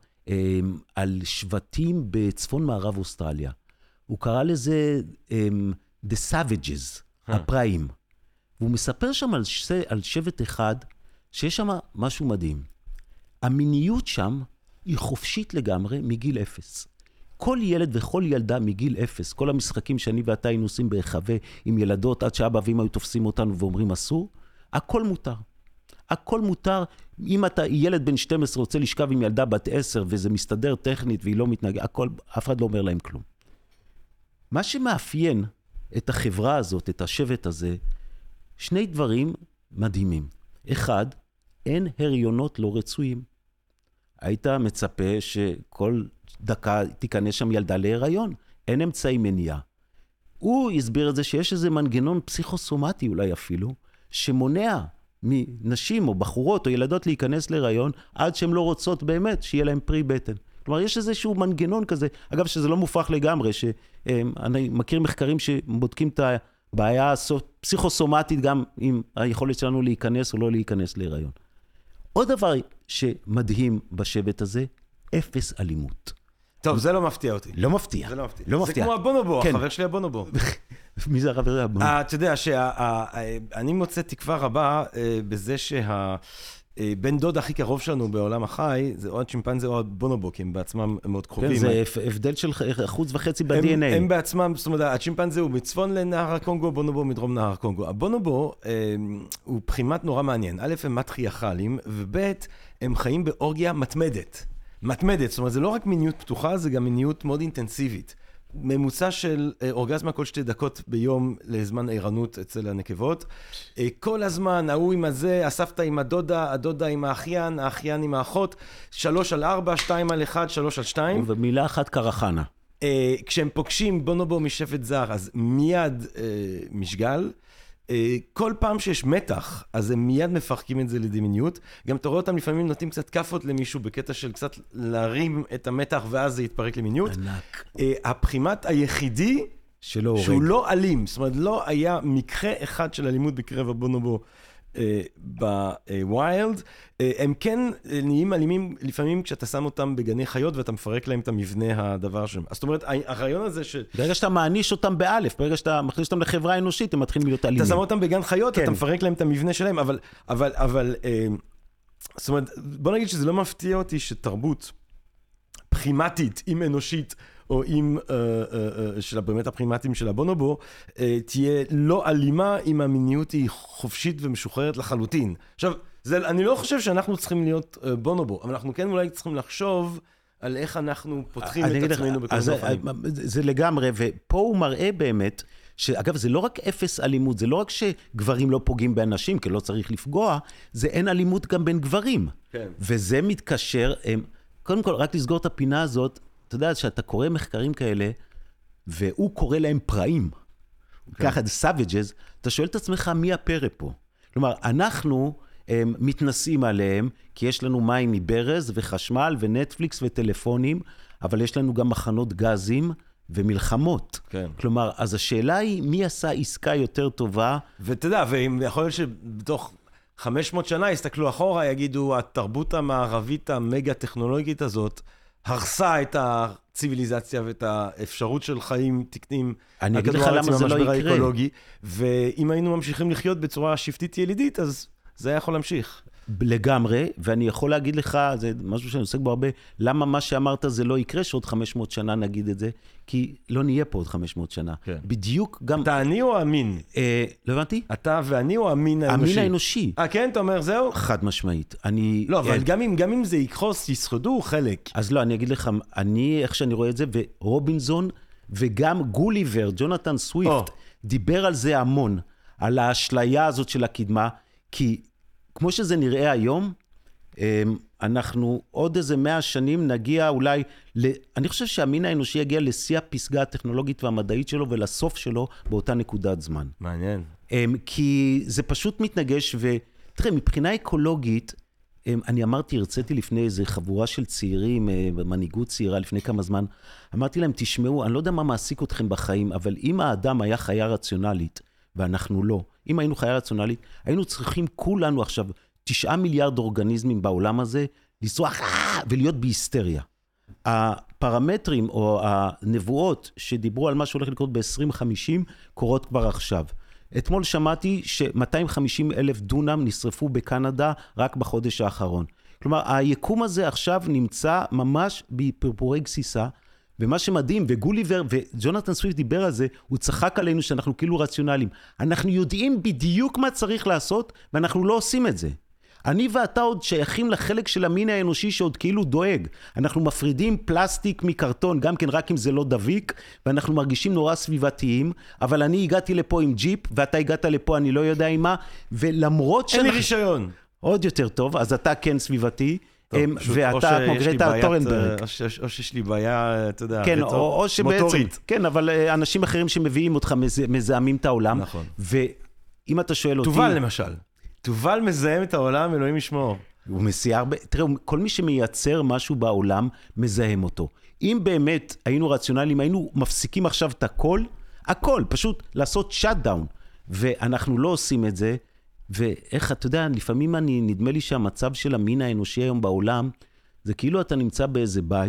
B: על שבטים בצפון מערב אוסטרליה. הוא קרא לזה um, The Savages, הפראים. והוא מספר שם על, ש... על שבט אחד, שיש שם משהו מדהים. המיניות שם היא חופשית לגמרי מגיל אפס. כל ילד וכל ילדה מגיל אפס, כל המשחקים שאני ואתה היינו עושים בהיחווה עם ילדות, עד שאבא ואמא היו תופסים אותנו ואומרים אסור, הכל מותר. הכל מותר. אם אתה ילד בן שתים עשרה רוצה לשכב עם ילדה בת עשר, וזה מסתדר טכנית והיא לא מתנגד, הכל, אף אחד לא אומר להם כלום. מה שמאפיין את החברה הזאת, את השבט הזה, שני דברים מדהימים. אחד, אין הריונות לא רצויים. היית מצפה שכל דקה תיכנס שם ילדה להיריון. אין אמצעי מניעה. הוא הסביר את זה שיש איזה מנגנון פסיכוסומטי אולי אפילו, שמונע מנשים או בחורות או ילדות להיכנס להיריון, עד שהן לא רוצות באמת שיהיה להם פרי בטן. כלומר, יש איזשהו מנגנון כזה, אגב, שזה לא מופרך לגמרי, שאני מכיר מחקרים שבודקים את הבעיה הפסיכוסומטית גם עם היכולת שלנו להיכנס או לא להיכנס להיריון. עוד דבר שמדהים בשבט הזה, אפס אלימות.
A: טוב, זה לא מפתיע אותי.
B: לא מפתיע.
A: זה לא מפתיע.
B: לא
A: זה
B: מפתיע.
A: כמו הבונובו,
B: כן.
A: החבר שלי הבונובו.
B: מי זה החבר הבונובו?
A: אתה יודע שאני מוצא תקווה רבה בזה שה... בן דוד הכי קרוב שלנו בעולם החי, זה או הצ'ימפנזה או הבונובו, כי הם בעצמם מאוד קרובים.
B: כן, זה הבדל של אחוז וחצי ב-די אן איי.
A: הם בעצמם, זאת אומרת, הצ'ימפנזה הוא מצפון לנהר הקונגו, בונובו מדרום נהר הקונגו. הבונובו הוא פרימט נורא מעניין. א', הם מטריארכלים, וב', הם חיים באורגיה מתמדת. מתמדת, זאת אומרת, זה לא רק מיניות פתוחה, זה גם מיניות מאוד אינטנסיבית. ממוצע של אורגזמה כל שתי דקות ביום לזמן עירנות אצל הנקבות. כל הזמן, ההוא עם הזה, הסבתא עם הדודה, הדודה עם האחיין, האחיין עם האחות, שלוש על ארבע, שתיים על אחד, שלוש על שתיים.
B: ומילה אחת קרחנה.
A: כשהם פוגשים בונובו משבט זר, אז מיד משגל. כל פעם שיש מתח, אז הם מיד מפרקים את זה לדמיניות. גם אתה רואה אותם לפעמים נותנים קצת כפות למישהו בקטע של קצת להרים את המתח, ואז זה יתפרק למיניות. ענק. הפרימט היחידי,
B: שלא
A: שהוא לא אלים, זאת אומרת, לא היה מקרה אחד של אלימות בקרב הבונובו בווילד. הם כן נהיים אלימים לפעמים כשאתה שם אותם בגני חיות ואתה מפרק להם את המבנה הדבר שלהם. זאת אומרת, הרעיון הזה ש...
B: ברגע שאתה מעניש אותם באלף, ברגע שאתה מכניס אותם לחברה אנושית, הם מתחילים להיות אלימים.
A: אתה שם אותם בגן חיות, כן. אתה מפרק להם את המבנה שלהם, אבל, אבל, אבל, זאת אומרת, בוא נגיד שזה לא מפתיע אותי שתרבות פרימטית, אם אנושית, או אם uh, uh, uh, של באמת הפרימטים של הבונובו, uh, תהיה לא אלימה אם המיניות היא חופשית ומשוחררת לחלוטין. עכשיו, זה, אני לא חושב שאנחנו צריכים להיות uh, בונובו, אבל אנחנו כן אולי צריכים לחשוב על איך אנחנו פותחים את עצמנו בכל
B: זה,
A: אופנים.
B: זה לגמרי, ופה הוא מראה באמת, שאגב, זה לא רק אפס אלימות, זה לא רק שגברים לא פוגעים באנשים, כי לא צריך לפגוע, זה אין אלימות גם בין גברים.
A: כן.
B: וזה מתקשר, הם, קודם כל, רק לסגור את הפינה הזאת, אתה יודע, שאתה קורא מחקרים כאלה, והוא קורא להם פראים, ככה, the savages, אתה שואל את עצמך מי הפרא פה. כלומר, אנחנו הם, מתנסים עליהם, כי יש לנו מים מברז וחשמל ונטפליקס וטלפונים, אבל יש לנו גם מחנות גזים ומלחמות.
A: כן.
B: כלומר, אז השאלה היא, מי עשה עסקה יותר טובה?
A: ואתה יודע, ויכול להיות שבתוך חמש מאות שנה יסתכלו אחורה, יגידו, התרבות המערבית המגה-טכנולוגית הזאת, הרסה את הציביליזציה ואת האפשרות של חיים תקנים.
B: אני אגיד לך למה זה לא יקרה.
A: ואם היינו ממשיכים לחיות בצורה שבטית ילידית, אז זה היה יכול להמשיך.
B: לגמרי, ואני יכול להגיד לך, זה משהו שאני עוסק בו הרבה, למה מה שאמרת זה לא יקרה שעוד חמש מאות שנה נגיד את זה, כי לא נהיה פה עוד חמש מאות שנה. כן. בדיוק גם...
A: אתה אני או אמין?
B: אה, לא הבנתי?
A: אתה ואני או המין האנושי?
B: המין האנושי.
A: אה, כן? אתה אומר, זהו?
B: חד משמעית. אני...
A: לא, אבל גם אם, גם אם זה יקחוס, יסחדו חלק.
B: אז לא, אני אגיד לך, אני, איך שאני רואה את זה, ורובינזון, וגם גוליבר, ג'ונתן סוויפט, oh. דיבר על זה המון, על האשליה הזאת של הקדמה, כי כמו שזה נראה היום, אנחנו עוד איזה מאה שנים נגיע אולי, אני חושב שהמין האנושי יגיע לשיא הפסגה הטכנולוגית והמדעית שלו ולסוף שלו באותה נקודת זמן.
A: מעניין.
B: כי זה פשוט מתנגש, ותראה, מבחינה אקולוגית, אני אמרתי, הרציתי לפני איזה חבורה של צעירים, במנהיגות צעירה לפני כמה זמן, אמרתי להם, תשמעו, אני לא יודע מה מעסיק אתכם בחיים, אבל אם האדם היה חיה רציונלית, ואנחנו לא, אם היינו חיה רציונלית, היינו צריכים כולנו עכשיו, תשעה מיליארד אורגניזמים בעולם הזה, לסרוח ולהיות בהיסטריה. הפרמטרים או הנבואות שדיברו על מה שהולך לקרות ב-עשרים חמישים, קורות כבר עכשיו. אתמול שמעתי ש-מאתיים וחמישים אלף דונם נשרפו בקנדה רק בחודש האחרון. כלומר, היקום הזה עכשיו נמצא ממש בפרפורי גסיסה, ומה שמדהים, וגוליבר וג'ונתן סוויפט דיבר על זה, הוא צחק עלינו שאנחנו כאילו רציונליים. אנחנו יודעים בדיוק מה צריך לעשות, ואנחנו לא עושים את זה. אני ואתה עוד שייכים לחלק של המין האנושי שעוד כאילו דואג. אנחנו מפרידים פלסטיק מקרטון, גם כן רק אם זה לא דביק, ואנחנו מרגישים נורא סביבתיים, אבל אני הגעתי לפה עם ג'יפ, ואתה הגעת לפה אני לא יודע עם מה, ולמרות
A: אין לי רישיון.
B: עוד יותר טוב, אז אתה כן סביבתי, ואתה כמו גרטה טורנברג.
A: או שיש לי בעיה, אתה יודע,
B: כן, או שבעצם, כן, אבל אנשים אחרים שמביאים אותך מזהמים את העולם. נכון. ואם אתה שואל אותי...
A: תובל למשל. תובל מזהם את העולם, אלוהים ישמור.
B: הוא מסיע הרבה, תראה, כל מי שמייצר משהו בעולם, מזהם אותו. אם באמת היינו רציונליים, היינו מפסיקים עכשיו את הכל, הכל, פשוט לעשות שאט-דאון, ואנחנו לא עושים את זה, ואיך, אתה יודע, לפעמים אני, נדמה לי שהמצב של המין האנושי היום בעולם, זה כאילו אתה נמצא באיזה בית,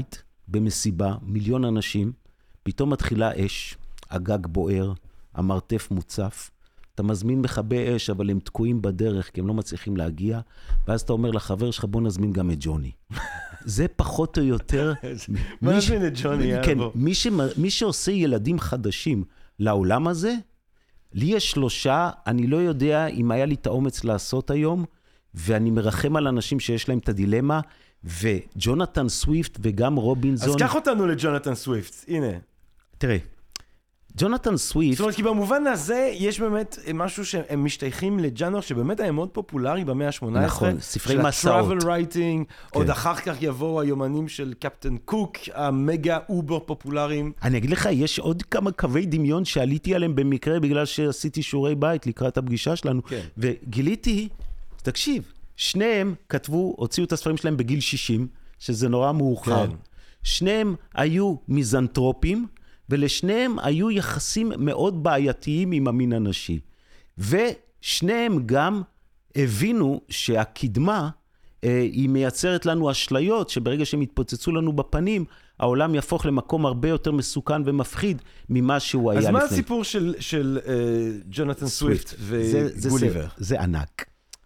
B: במסיבה, מיליון אנשים, פתאום מתחילה אש, הגג בוער, המרתף מוצף, אתה מזמין מכבי אש, אבל הם תקועים בדרך, כי הם לא מצליחים להגיע, ואז אתה אומר לחבר שלך, בוא נזמין גם את ג'וני. זה פחות או יותר...
A: בוא נזמין את ג'וני,
B: כן, מי, ש... מי שעושה ילדים חדשים לעולם הזה, לי יש שלושה, אני לא יודע אם היה לי את האומץ לעשות היום, ואני מרחם על אנשים שיש להם את הדילמה, וג'ונתן סוויפט וגם רובינזון...
A: אז קח אותנו לג'ונתן סוויפט, הנה.
B: תראה, ג'ונתן סוויפט...
A: זאת אומרת, כי במובן הזה יש באמת משהו שהם משתייכים לג'אנר שבאמת היה מאוד פופולרי במאה ה-שמונה עשרה.
B: נכון, ספרי מסעות.
A: של ה-travel writing, עוד אחר כך יבואו היומנים של קפטן קוק, המגה אובר פופולריים.
B: אני אגיד לך, יש עוד כמה קווי דמיון שעליתי עליהם במקרה, בגלל שעשיתי שיעורי בית לקראת הפגישה שלנו, וגיליתי, תקשיב, שניהם כתבו, הוציאו את הספרים שלהם בגיל שישים, שזה נורא מאוחר. שניהם היו מיזנטרופים, ולשניהם היו יחסים מאוד בעייתיים עם המין הנשי. ושניהם גם הבינו שהקדמה אה, היא מייצרת לנו אשליות, שברגע שהם יתפוצצו לנו בפנים, העולם יהפוך למקום הרבה יותר מסוכן ומפחיד ממה שהוא היה לפני.
A: אז מה הסיפור של, של אה, ג'ונתן סוויפט וגוליבר?
B: זה, זה, זה ענק.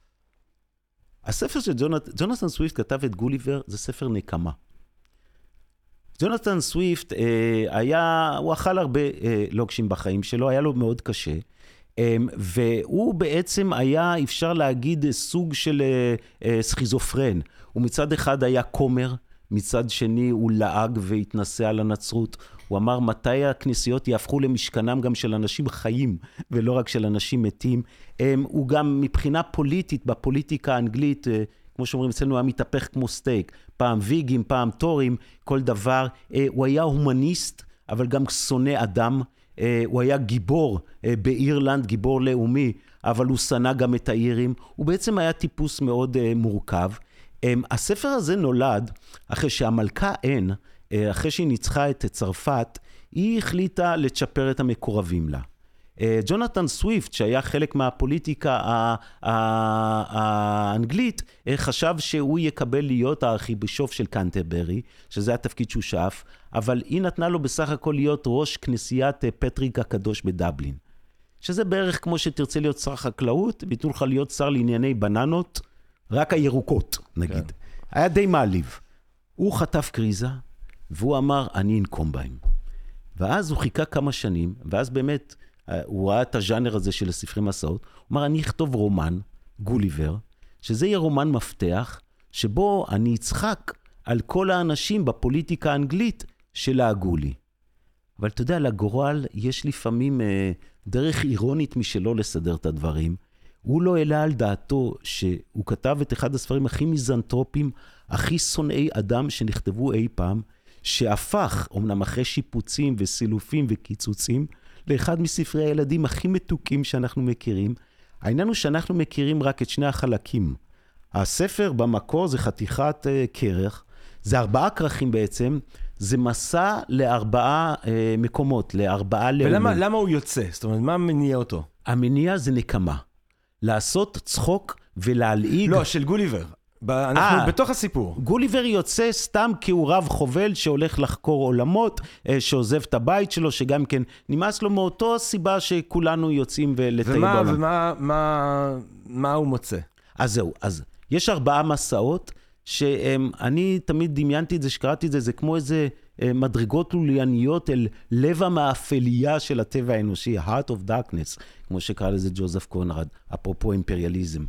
B: הספר של ג'ונת, ג'ונתן סוויפט כתב את גוליבר, זה ספר נקמה. ג'ונתן סוויפט אה, היה, הוא אכל הרבה אה, לוקשים בחיים שלו, היה לו מאוד קשה, אה, והוא בעצם היה, אפשר להגיד, סוג של אה, אה, סכיזופרן. הוא מצד אחד היה כומר, מצד שני הוא לעג והתנסה על הנצרות. הוא אמר, מתי הכנסיות יהפכו למשכנם גם של אנשים חיים, ולא רק של אנשים מתים. אה, הוא גם מבחינה פוליטית, בפוליטיקה האנגלית, אה, כמו שאומרים אצלנו, היה מתהפך כמו סטייק. פעם ויגים, פעם טורים, כל דבר. אה, הוא היה הומניסט, אבל גם שונא אדם. אה, הוא היה גיבור אה, באירלנד, גיבור לאומי, אבל הוא שנא גם את האירים. הוא בעצם היה טיפוס מאוד אה, מורכב. אה, הספר הזה נולד אחרי שהמלכה אין, אה, אחרי שהיא ניצחה את צרפת, היא החליטה לצ'פר את המקורבים לה. ג'ונתן סוויפט, שהיה חלק מהפוליטיקה האנגלית, חשב שהוא יקבל להיות הארכיבישוף של קנטרברי, שזה התפקיד שהוא שאף, אבל היא נתנה לו בסך הכל להיות ראש כנסיית פטריק הקדוש בדבלין. שזה בערך כמו שתרצה להיות שר חקלאות, ויתנו לך להיות שר לענייני בננות, רק הירוקות, נגיד. כן. היה די מעליב. הוא חטף קריזה, והוא אמר, אני אנקום בהם. ואז הוא חיכה כמה שנים, ואז באמת... הוא ראה את הז'אנר הזה של הספרי מסעות, הוא אמר, אני אכתוב רומן, גוליבר, שזה יהיה רומן מפתח, שבו אני אצחק על כל האנשים בפוליטיקה האנגלית שלעגו לי. אבל אתה יודע, לגורל יש לפעמים אה, דרך אירונית משלו לסדר את הדברים. הוא לא העלה על דעתו שהוא כתב את אחד הספרים הכי מיזנטרופיים, הכי שונאי אדם שנכתבו אי פעם, שהפך, אמנם אחרי שיפוצים וסילופים וקיצוצים, לאחד מספרי הילדים הכי מתוקים שאנחנו מכירים. העניין הוא שאנחנו מכירים רק את שני החלקים. הספר במקור זה חתיכת uh, קרח, זה ארבעה כרכים בעצם, זה מסע לארבעה uh, מקומות, לארבעה לאומים.
A: ולמה למה הוא יוצא? זאת אומרת, מה מניע אותו?
B: המניע זה נקמה. לעשות צחוק ולהלעיג.
A: לא, של גוליבר. אנחנו 아, בתוך הסיפור.
B: גוליבר יוצא סתם כי הוא רב חובל שהולך לחקור עולמות, שעוזב את הבית שלו, שגם כן נמאס לו מאותו סיבה שכולנו יוצאים ולטייל
A: ומה,
B: בעולם.
A: ומה מה, מה הוא מוצא?
B: אז זהו, אז יש ארבעה מסעות, שאני תמיד דמיינתי את זה, שקראתי את זה, זה כמו איזה מדרגות לולייניות אל לב המאפליה של הטבע האנושי, heart of darkness, כמו שקרא לזה ג'וזף קונרד, אפרופו אימפריאליזם.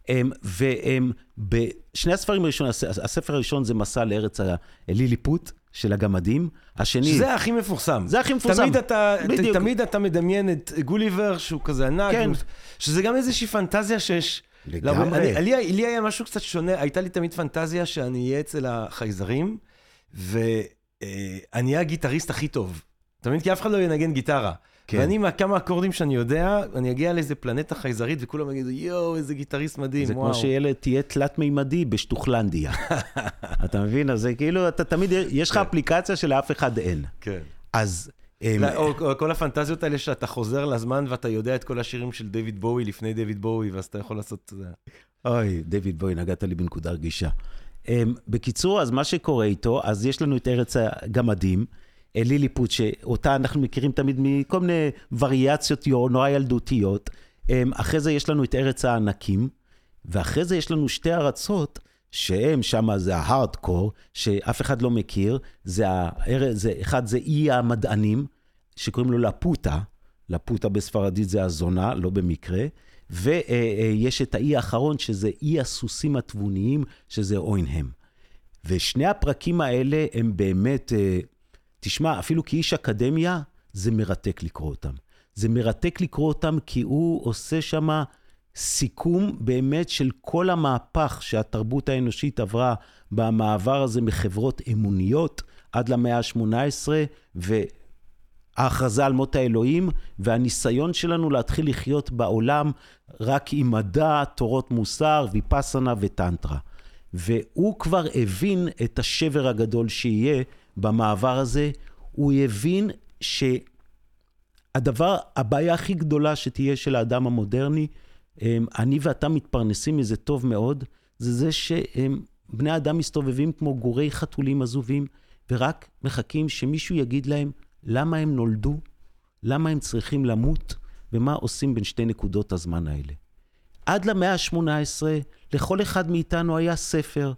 B: ובשני הספרים הראשון, הספר הראשון זה מסע לארץ הליליפוט של הגמדים, השני...
A: שזה הכי מפורסם.
B: זה הכי מפורסם.
A: תמיד אתה, תמיד אתה מדמיין את גוליבר שהוא כזה ענק, כן. שזה גם איזושהי פנטזיה שיש...
B: לגמרי.
A: לי, לי היה משהו קצת שונה, הייתה לי תמיד פנטזיה שאני אהיה אצל החייזרים, ואני אהיה הגיטריסט הכי טוב. תמיד כי אף אחד לא ינגן גיטרה. כן. ואני מהכמה אקורדים שאני יודע, אני אגיע לאיזה פלנטה חייזרית, וכולם יגידו, יואו, איזה גיטריסט מדהים,
B: זה
A: וואו.
B: כמו שילד תהיה תלת מימדי בשטוחלנדיה. אתה מבין? אז זה כאילו, אתה תמיד, יש לך אפליקציה שלאף אחד אין.
A: כן.
B: אז...
A: או כל הפנטזיות האלה שאתה חוזר לזמן, ואתה יודע את כל השירים של דיוויד בואי לפני דיוויד בואי, ואז אתה יכול לעשות את זה.
B: אוי, דיוויד בואי, נגעת לי בנקודה רגישה. בקיצור, אז מה שקורה איתו, אז יש לנו את ארץ הגמדים, ליליפוט, שאותה אנחנו מכירים תמיד מכל מיני וריאציות נורא ילדותיות. אחרי זה יש לנו את ארץ הענקים, ואחרי זה יש לנו שתי ארצות, שהם שם זה ההארדקור, שאף אחד לא מכיר, זה, זה, אחד זה אי המדענים, שקוראים לו לפוטה, לפוטה בספרדית זה הזונה, לא במקרה, ויש את האי האחרון, שזה אי הסוסים התבוניים, שזה אוינהם. ושני הפרקים האלה הם באמת, תשמע, אפילו כאיש אקדמיה, זה מרתק לקרוא אותם. זה מרתק לקרוא אותם כי הוא עושה שם סיכום באמת של כל המהפך שהתרבות האנושית עברה במעבר הזה מחברות אמוניות עד למאה ה-שמונה עשרה, וההכרזה על מות האלוהים, והניסיון שלנו להתחיל לחיות בעולם רק עם מדע, תורות מוסר, ויפסנה וטנטרה. והוא כבר הבין את השבר הגדול שיהיה במעבר הזה, הוא הבין שהדבר, הבעיה הכי גדולה שתהיה של האדם המודרני, אני ואתה מתפרנסים מזה טוב מאוד, זה זה שבני אדם מסתובבים כמו גורי חתולים עזובים, ורק מחכים שמישהו יגיד להם למה הם נולדו, למה הם צריכים למות, ומה עושים בין שתי נקודות הזמן האלה. עד למאה ה-שמונה עשרה, לכל אחד מאיתנו היה ספר,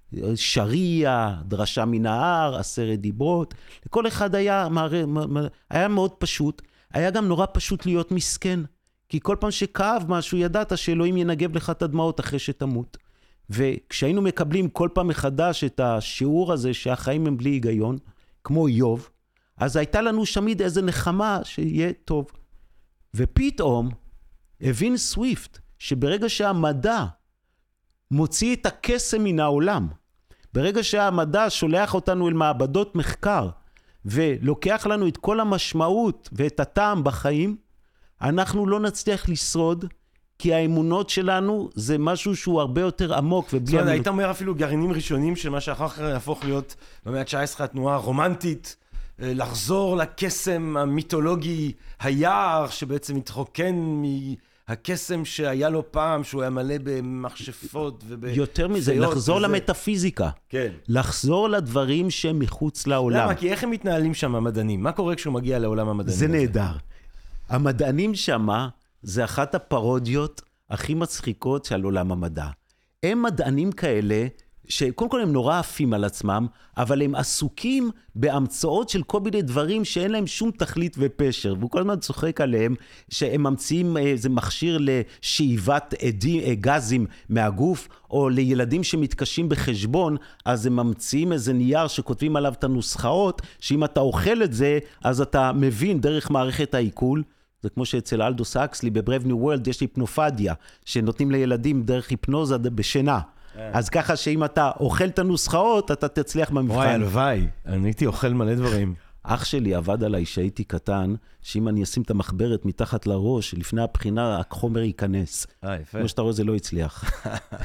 B: שריעה, דרשה מן ההר, עשרת דיברות, לכל אחד היה, היה מאוד פשוט, היה גם נורא פשוט להיות מסכן, כי כל פעם שכאב משהו, ידעת שאלוהים ינגב לך את הדמעות אחרי שתמות. וכשהיינו מקבלים כל פעם מחדש את השיעור הזה שהחיים הם בלי היגיון, כמו איוב, אז הייתה לנו שמיד איזה נחמה שיהיה טוב. ופתאום הבין סוויפט שברגע שהמדע מוציא את הקסם מן העולם, ברגע שהמדע שולח אותנו אל מעבדות מחקר, ולוקח לנו את כל המשמעות ואת הטעם בחיים, אנחנו לא נצליח לשרוד, כי האמונות שלנו זה משהו שהוא הרבה יותר עמוק.
A: זאת אומרת, היית אומר אפילו גרעינים ראשונים של מה שאחר כך יהפוך להיות במאה ה-תשע עשרה התנועה הרומנטית, לחזור לקסם המיתולוגי, היער שבעצם מתחוקן מהקסם שהיה לו פעם, שהוא היה מלא במכשפות ובפסיות.
B: יותר מזה, לחזור וזה. למטאפיזיקה. כן. לחזור לדברים שהם מחוץ לעולם.
A: למה? כי איך הם מתנהלים שם המדענים? מה קורה כשהוא מגיע לעולם המדענים?
B: זה נהדר. המדענים שמה זה אחת הפרודיות הכי מצחיקות של עולם המדע. הם מדענים כאלה שקודם כל הם נורא עפים על עצמם, אבל הם עסוקים בהמצאות של כל מיני דברים שאין להם שום תכלית ופשר, והוא כל הזמן צוחק עליהם שהם ממציאים איזה מכשיר לשאיבת גזים מהגוף, או לילדים שמתקשים בחשבון, אז הם ממציאים איזה נייר שכותבים עליו את הנוסחאות, שאם אתה אוכל את זה, אז אתה מבין דרך מערכת העיכול. זה כמו שאצל אלדוס אקסלי בברייב ניו וורלד יש היפנופדיה, שנותנים לילדים דרך היפנוזה בשינה. אז ככה שאם אתה אוכל את הנוסחאות, אתה תצליח במבחן.
A: וואי, הלוואי, אני הייתי אוכל מלא דברים.
B: אח שלי עבד עליי שהייתי קטן, שאם אני אשים את המחברת מתחת לראש, לפני הבחינה החומר ייכנס.
A: אה, יפה.
B: כמו שאתה רואה, זה לא הצליח.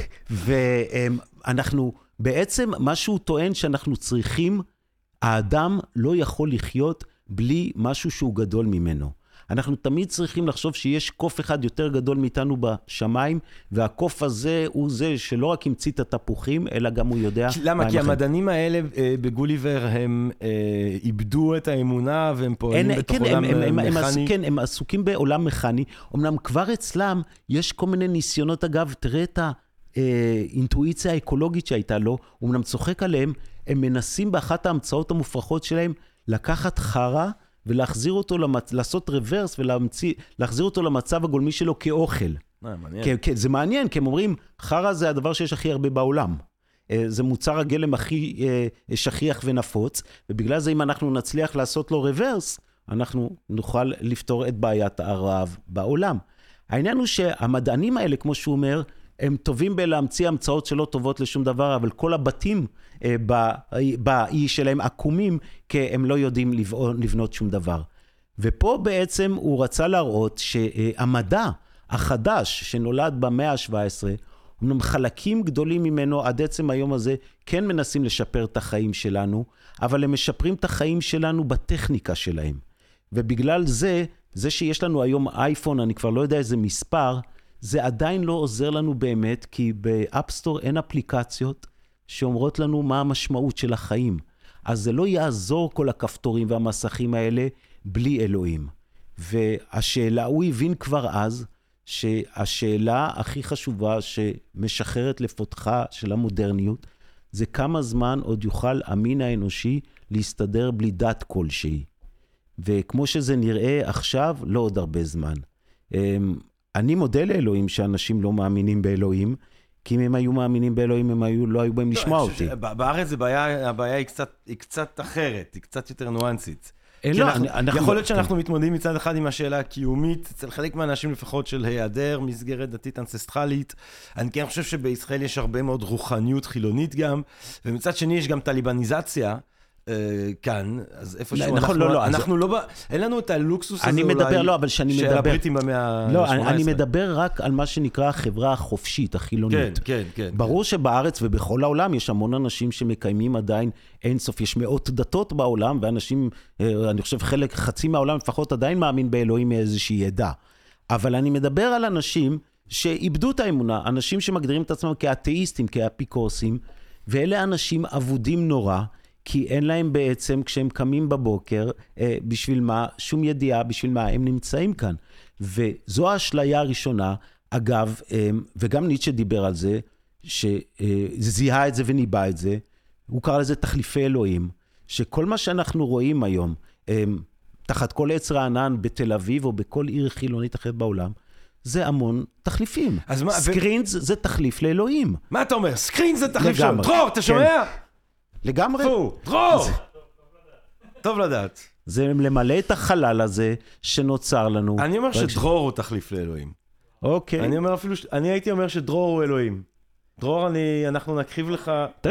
B: ואנחנו, בעצם מה שהוא טוען שאנחנו צריכים, האדם לא יכול לחיות בלי משהו שהוא גדול ממנו. אנחנו תמיד צריכים לחשוב שיש קוף אחד יותר גדול מאיתנו בשמיים, והקוף הזה הוא זה שלא רק המציא את התפוחים, אלא גם הוא יודע...
A: למה? כי המדענים האלה בגוליבר הם איבדו את האמונה, והם פועלים בתוך עולם מכני.
B: כן, הם עסוקים בעולם מכני. אמנם כבר אצלם יש כל מיני ניסיונות, אגב, תראה את האינטואיציה האקולוגית שהייתה לו, אמנם צוחק עליהם, הם מנסים באחת ההמצאות המופרכות שלהם לקחת חרה, ולהחזיר אותו, למצ... לעשות רוורס ולהחזיר אותו למצב הגולמי שלו כאוכל.
A: אה, מעניין.
B: כי, כי, זה מעניין, כי הם אומרים, חרה זה הדבר שיש הכי הרבה בעולם. זה מוצר הגלם הכי שכיח ונפוץ, ובגלל זה אם אנחנו נצליח לעשות לו רוורס, אנחנו נוכל לפתור את בעיית הרעב בעולם. העניין הוא שהמדענים האלה, כמו שהוא אומר, הם טובים בלהמציא המצאות שלא טובות לשום דבר, אבל כל הבתים באי שלהם עקומים, כי הם לא יודעים לבנות שום דבר. ופה בעצם הוא רצה להראות שהמדע החדש שנולד במאה ה-שבע עשרה, אמנם חלקים גדולים ממנו עד עצם היום הזה כן מנסים לשפר את החיים שלנו, אבל הם משפרים את החיים שלנו בטכניקה שלהם. ובגלל זה, זה שיש לנו היום אייפון, אני כבר לא יודע איזה מספר, זה עדיין לא עוזר לנו באמת, כי באפסטור אין אפליקציות, שאומרות לנו מה המשמעות של החיים. אז זה לא יעזור כל הכפתורים והמסכים האלה בלי אלוהים. והשאלה, הוא הבין כבר אז, שהשאלה הכי חשובה שמשחררת לפותחה של המודרניות, זה כמה זמן עוד יוכל המין האנושי להסתדר בלי דת כלשהי. וכמו שזה נראה עכשיו, לא עוד הרבה זמן. אני מודה לאלוהים שאנשים לא מאמינים באלוהים, כי אם הם היו מאמינים באלוהים, הם היו, לא היו בהם לשמוע אותי.
A: בארץ הבעיה היא קצת, היא קצת אחרת, היא קצת יותר נואנסית.
B: לא,
A: אנחנו,
B: אנחנו,
A: יכול להיות שאנחנו מתמודדים מצד אחד עם השאלה הקיומית, אצל חלק מהאנשים לפחות של היעדר מסגרת דתית אנססטרלית. אני כן חושב שבישראל יש הרבה מאוד רוחניות חילונית גם, ומצד שני יש גם טליבניזציה, כאן, אז איפשהו אנחנו,
B: לא, לא,
A: אנחנו לא, אין לנו את הלוקסוס הזה
B: אני מדבר, לא, אבל שאני מדבר,
A: של הבריטים במאה ה-שמונה עשרה.
B: לא, אני מדבר רק על מה שנקרא החברה החופשית, החילונית.
A: כן, כן, כן.
B: ברור שבארץ ובכל העולם יש המון אנשים שמקיימים עדיין אינסוף, יש מאות דתות בעולם, ואנשים, אני חושב חלק, חצי מהעולם לפחות עדיין מאמין באלוהים מאיזושהי עדה. אבל אני מדבר על אנשים שאיבדו את האמונה, אנשים שמגדירים את עצמם כאתאיסטים, כאפיקורסים, ואלה אנשים עבודים נורא, כי אין להם בעצם, כשהם קמים בבוקר, אה, בשביל מה, שום ידיעה, בשביל מה הם נמצאים כאן. וזו האשליה הראשונה, אגב, אה, וגם ניטשה דיבר על זה, שזיהה את זה וניבא את זה, הוא קרא לזה תחליפי אלוהים, שכל מה שאנחנו רואים היום, אה, תחת כל עץ רענן בתל אביב, או בכל עיר חילונית אחרת בעולם, זה המון תחליפים. סקרינס ו... זה תחליף לאלוהים.
A: מה אתה אומר? סקרינס זה תחליף שלו. דרור, אתה שומע? כן.
B: לגמרי.
A: דרור! טוב לדעת.
B: זה למלא את החלל הזה שנוצר לנו.
A: אני אומר שדרור הוא תחליף לאלוהים.
B: אוקיי.
A: אני אומר אפילו, אני הייתי אומר שדרור הוא אלוהים. דרור, אני, אנחנו נקריב לך...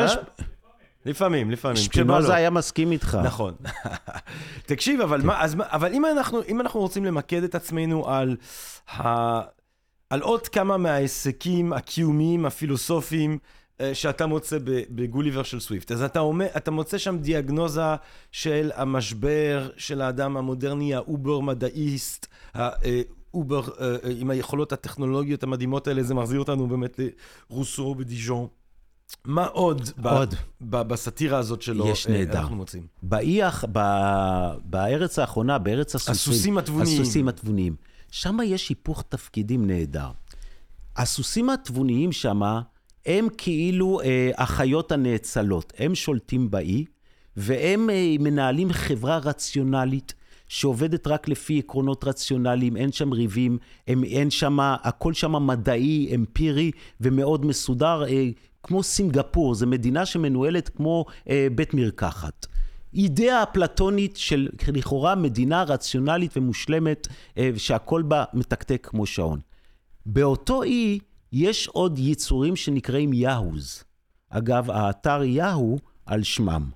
A: לפעמים, לפעמים.
B: שפינוזה היה מסכים איתך.
A: נכון. תקשיב, אבל מה, אז, אבל אם אנחנו, אם אנחנו רוצים למקד את עצמנו על, ה, על עוד כמה מהעסקים הקיומיים, הפילוסופיים, שאתה מוצא בגוליבר של סוויפט. אז אתה אומר, אתה מוצא שם דיאגנוזה של המשבר של האדם המודרני, האובר מדעיסט, האובר עם היכולות הטכנולוגיות המדהימות האלה, זה מחזיר אותנו באמת לרוסו בדיז'ון. מה עוד,
B: עוד.
A: ב- ב- בסטירה הזאת שלו
B: יש נהדר.
A: אנחנו מוצאים?
B: באיח, ב- בארץ האחרונה, בארץ הסוסים.
A: הסוסים התבוניים.
B: הסוסים התבוניים. שם יש היפוך תפקידים נהדר. הסוסים התבוניים שם, הם כאילו אה, החיות הנאצלות. הם שולטים באי, והם אה, מנהלים חברה רציונלית, שעובדת רק לפי עקרונות רציונליים, אין שם ריבים, הם, אין שם, הכל שם מדעי, אמפירי, ומאוד מסודר, אה, כמו סינגפור, זו מדינה שמנוהלת כמו אה, בית מרקחת. אידאה הפלטונית של לכאורה מדינה רציונלית ומושלמת, אה, שהכל בה מתקתק כמו שעון. באותו אי יש עוד יצורים שנקראים יהוז. אגב, האתר יהו על שמם.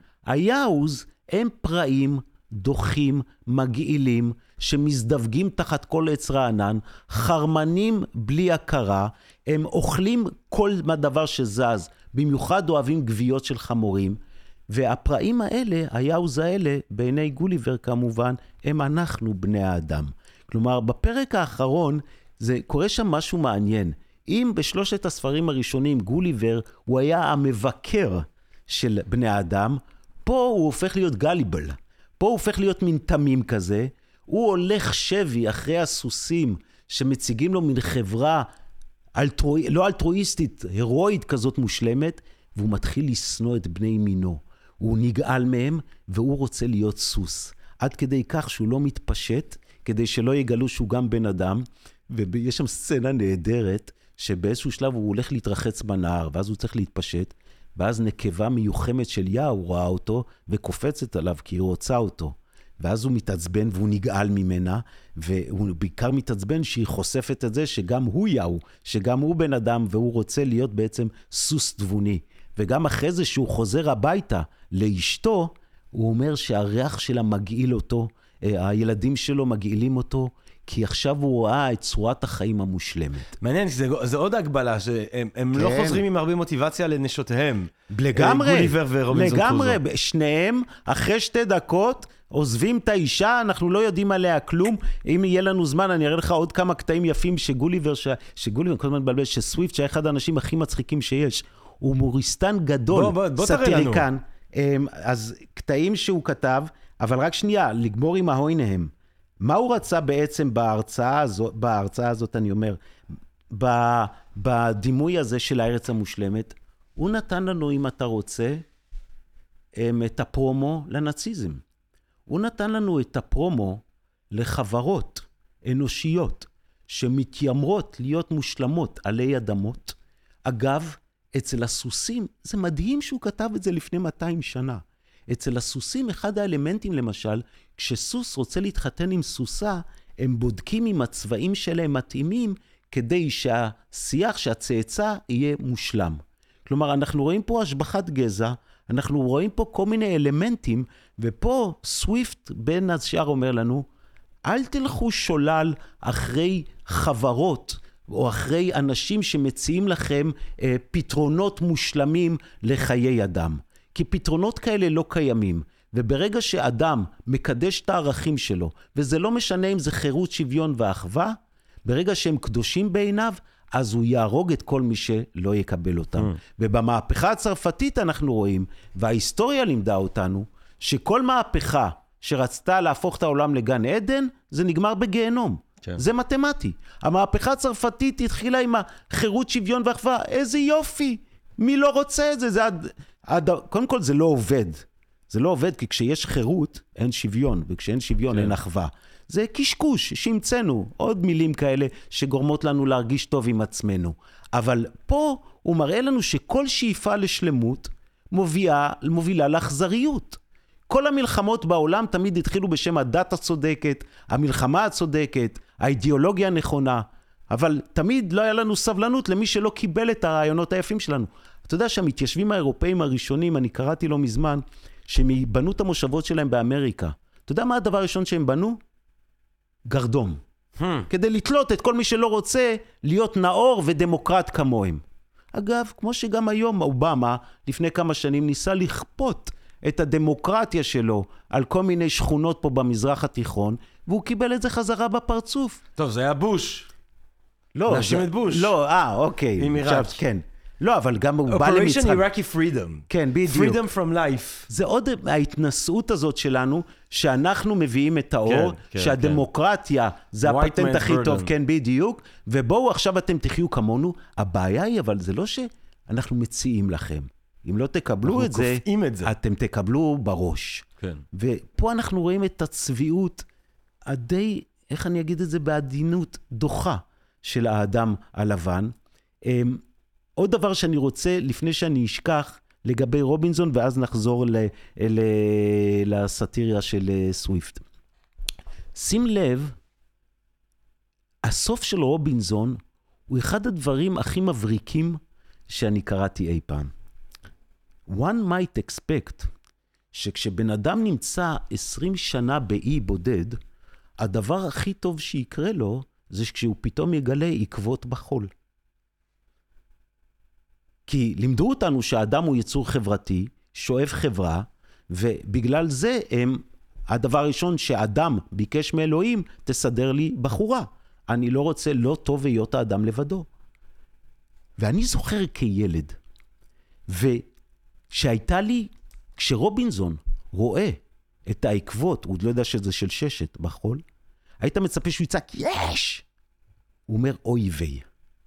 B: היהוז הם פראים, דוחים, מגעילים, שמזדווגים תחת כל עץ רענן, חרמנים בלי הכרה, הם אוכלים כל דבר שזז, במיוחד אוהבים גוויות של חמורים, והפראים האלה, היהוז האלה, בעיני גוליבר כמובן, הם אנחנו בני האדם. כלומר, בפרק האחרון, זה קורה שם משהו מעניין. אם בשלושת הספרים הראשונים גוליבר הוא היה המבקר של בני האדם, פה הוא הופך להיות גליבל. פה הוא הופך להיות מין תמים כזה, הוא הולך שבי אחרי הסוסים שמציגים לו מן חברה אלטרו... לא אלטרואיסטית, הרואית כזאת מושלמת, והוא מתחיל לשנוא את בני מינו. הוא נגעל מהם והוא רוצה להיות סוס. עד כדי כך שהוא לא מתפשט, כדי שלא יגלו שהוא גם בן אדם, ויש שם סצנה נהדרת, שבאיזשהו שלב הוא הולך להתרחץ בנהר, ואז הוא צריך להתפשט, ואז נקבה מיוחמת של יהו רואה אותו, וקופצת עליו כי היא רוצה אותו. ואז הוא מתעצבן והוא נגעל ממנה, והוא בעיקר מתעצבן שהיא חושפת את זה שגם הוא יהו, שגם הוא בן אדם, והוא רוצה להיות בעצם סוס תבוני. וגם אחרי זה שהוא חוזר הביתה לאשתו, הוא אומר שהריח שלה מגעיל אותו, הילדים שלו מגעילים אותו, כי עכשיו הוא ראה את צורת החיים המושלמת.
A: מעניין, זה, זה עוד הגבלה, שהם הם כן. לא חוזרים עם הרבה מוטיבציה לנשותיהם.
B: לגמרי,
A: גוליבר ורובינזון
B: לגמרי,
A: קרוזו.
B: שניהם, אחרי שתי דקות, עוזבים את האישה, אנחנו לא יודעים עליה כלום. אם יהיה לנו זמן, אני אראה לך עוד כמה קטעים יפים שגוליבר, ש... שגוליבר, כל הזמן בלבל, שסוויפט, שהיה אחד האנשים הכי מצחיקים שיש, הומוריסטן גדול,
A: בוא, בוא, בוא
B: סטיריקן. אז קטעים שהוא כתב, אבל רק שנייה, לגמור עם ההוינהם. מה הוא רצה בעצם בהרצאה הזאת, בהרצאה הזאת אני אומר, בדימוי הזה של הארץ המושלמת, הוא נתן לנו, אם אתה רוצה, את הפרומו לנאציזם. הוא נתן לנו את הפרומו לחברות אנושיות שמתיימרות להיות מושלמות עלי אדמות. אגב, אצל הסוסים, זה מדהים שהוא כתב את זה לפני מאתיים שנה. אצל הסוסים, אחד האלמנטים למשל, כשסוס רוצה להתחתן עם סוסה, הם בודקים אם הצבעים שלהם מתאימים, כדי שהשיח, שהצאצא יהיה מושלם. כלומר, אנחנו רואים פה השבחת גזע, אנחנו רואים פה כל מיני אלמנטים, ופה סוויפט בין השאר אומר לנו, אל תלכו שולל אחרי חברות, או אחרי אנשים שמציעים לכם אה, פתרונות מושלמים לחיי אדם. כי פתרונות כאלה לא קיימים, וברגע שאדם מקדש את הערכים שלו, וזה לא משנה אם זה חירות, שוויון ואחווה, ברגע שהם קדושים בעיניו, אז הוא יהרוג את כל מי שלא יקבל אותם. Mm. ובמהפכה הצרפתית אנחנו רואים, וההיסטוריה לימדה אותנו, שכל מהפכה שרצתה להפוך את העולם לגן עדן, זה נגמר בגיהנום. כן. זה מתמטי. המהפכה הצרפתית התחילה עם החירות, שוויון ואחווה. איזה יופי! מי לא רוצה את זה? זה עד, עד, קודם כל זה לא עובד. זה לא עובד כי כשיש חירות אין שוויון, וכשאין שוויון כן. אין אחווה. זה קשקוש שהמצאנו, עוד מילים כאלה שגורמות לנו להרגיש טוב עם עצמנו. אבל פה הוא מראה לנו שכל שאיפה לשלמות מובילה, מובילה לאכזריות. כל המלחמות בעולם תמיד התחילו בשם הדת הצודקת, המלחמה הצודקת, האידיאולוגיה הנכונה, אבל תמיד לא היה לנו סבלנות למי שלא קיבל את הרעיונות היפים שלנו. אתה יודע שהמתיישבים האירופאים הראשונים, אני קראתי לא מזמן, שהם בנו את המושבות שלהם באמריקה. אתה יודע מה הדבר הראשון שהם בנו? גרדום. Hmm. כדי לתלות את כל מי שלא רוצה להיות נאור ודמוקרט כמוהם. אגב, כמו שגם היום אובמה, לפני כמה שנים, ניסה לכפות את הדמוקרטיה שלו על כל מיני שכונות פה במזרח התיכון, והוא קיבל את זה חזרה בפרצוף.
A: טוב, זה היה בוש.
B: לא.
A: נאשים את בוש.
B: לא, אה, אוקיי.
A: עם עיראק.
B: כן. לא, אבל גם הוא בא למצחק.
A: Operation Iraqi Freedom.
B: כן, בדיוק.
A: Freedom from life.
B: זה עוד ההתנסות הזאת שלנו, שאנחנו מביאים את האור, כן, כן, שהדמוקרטיה כן. זה הפטנט הכי טוב, כן, בדיוק, ובואו עכשיו אתם תחיו כמונו. הבעיה היא, אבל זה לא שאנחנו מציעים לכם. אם לא תקבלו את זה,
A: את זה,
B: אתם תקבלו בראש.
A: כן.
B: ופה אנחנו רואים את הצביעות, הדי, איך אני אגיד את זה, בעדינות דוחה של האדם הלבן. עוד דבר שאני רוצה, לפני שאני אשכח, לגבי רובינזון, ואז נחזור ל, ל, לסאטיריה של סוויפט. שים לב, הסוף של רובינזון הוא אחד הדברים הכי מבריקים שאני קראתי אי פעם. One might expect שכשבן אדם נמצא עשרים שנה באי בודד, הדבר הכי טוב שיקרה לו זה שכשהוא פתאום יגלה עקבות בחול. כי לימדו אותנו שהאדם הוא יצור חברתי, שואב חברה, ובגלל זה הם, הדבר הראשון שהאדם ביקש מאלוהים, תסדר לי בחורה. אני לא רוצה לא טוב להיות האדם לבדו. ואני זוכר כילד, ושהייתה לי, כשרובינזון רואה את העקבות, הוא לא יודע שזה של ששת בחול, היית מצפה שהוא יצעק, יש! הוא אומר, אוי וי.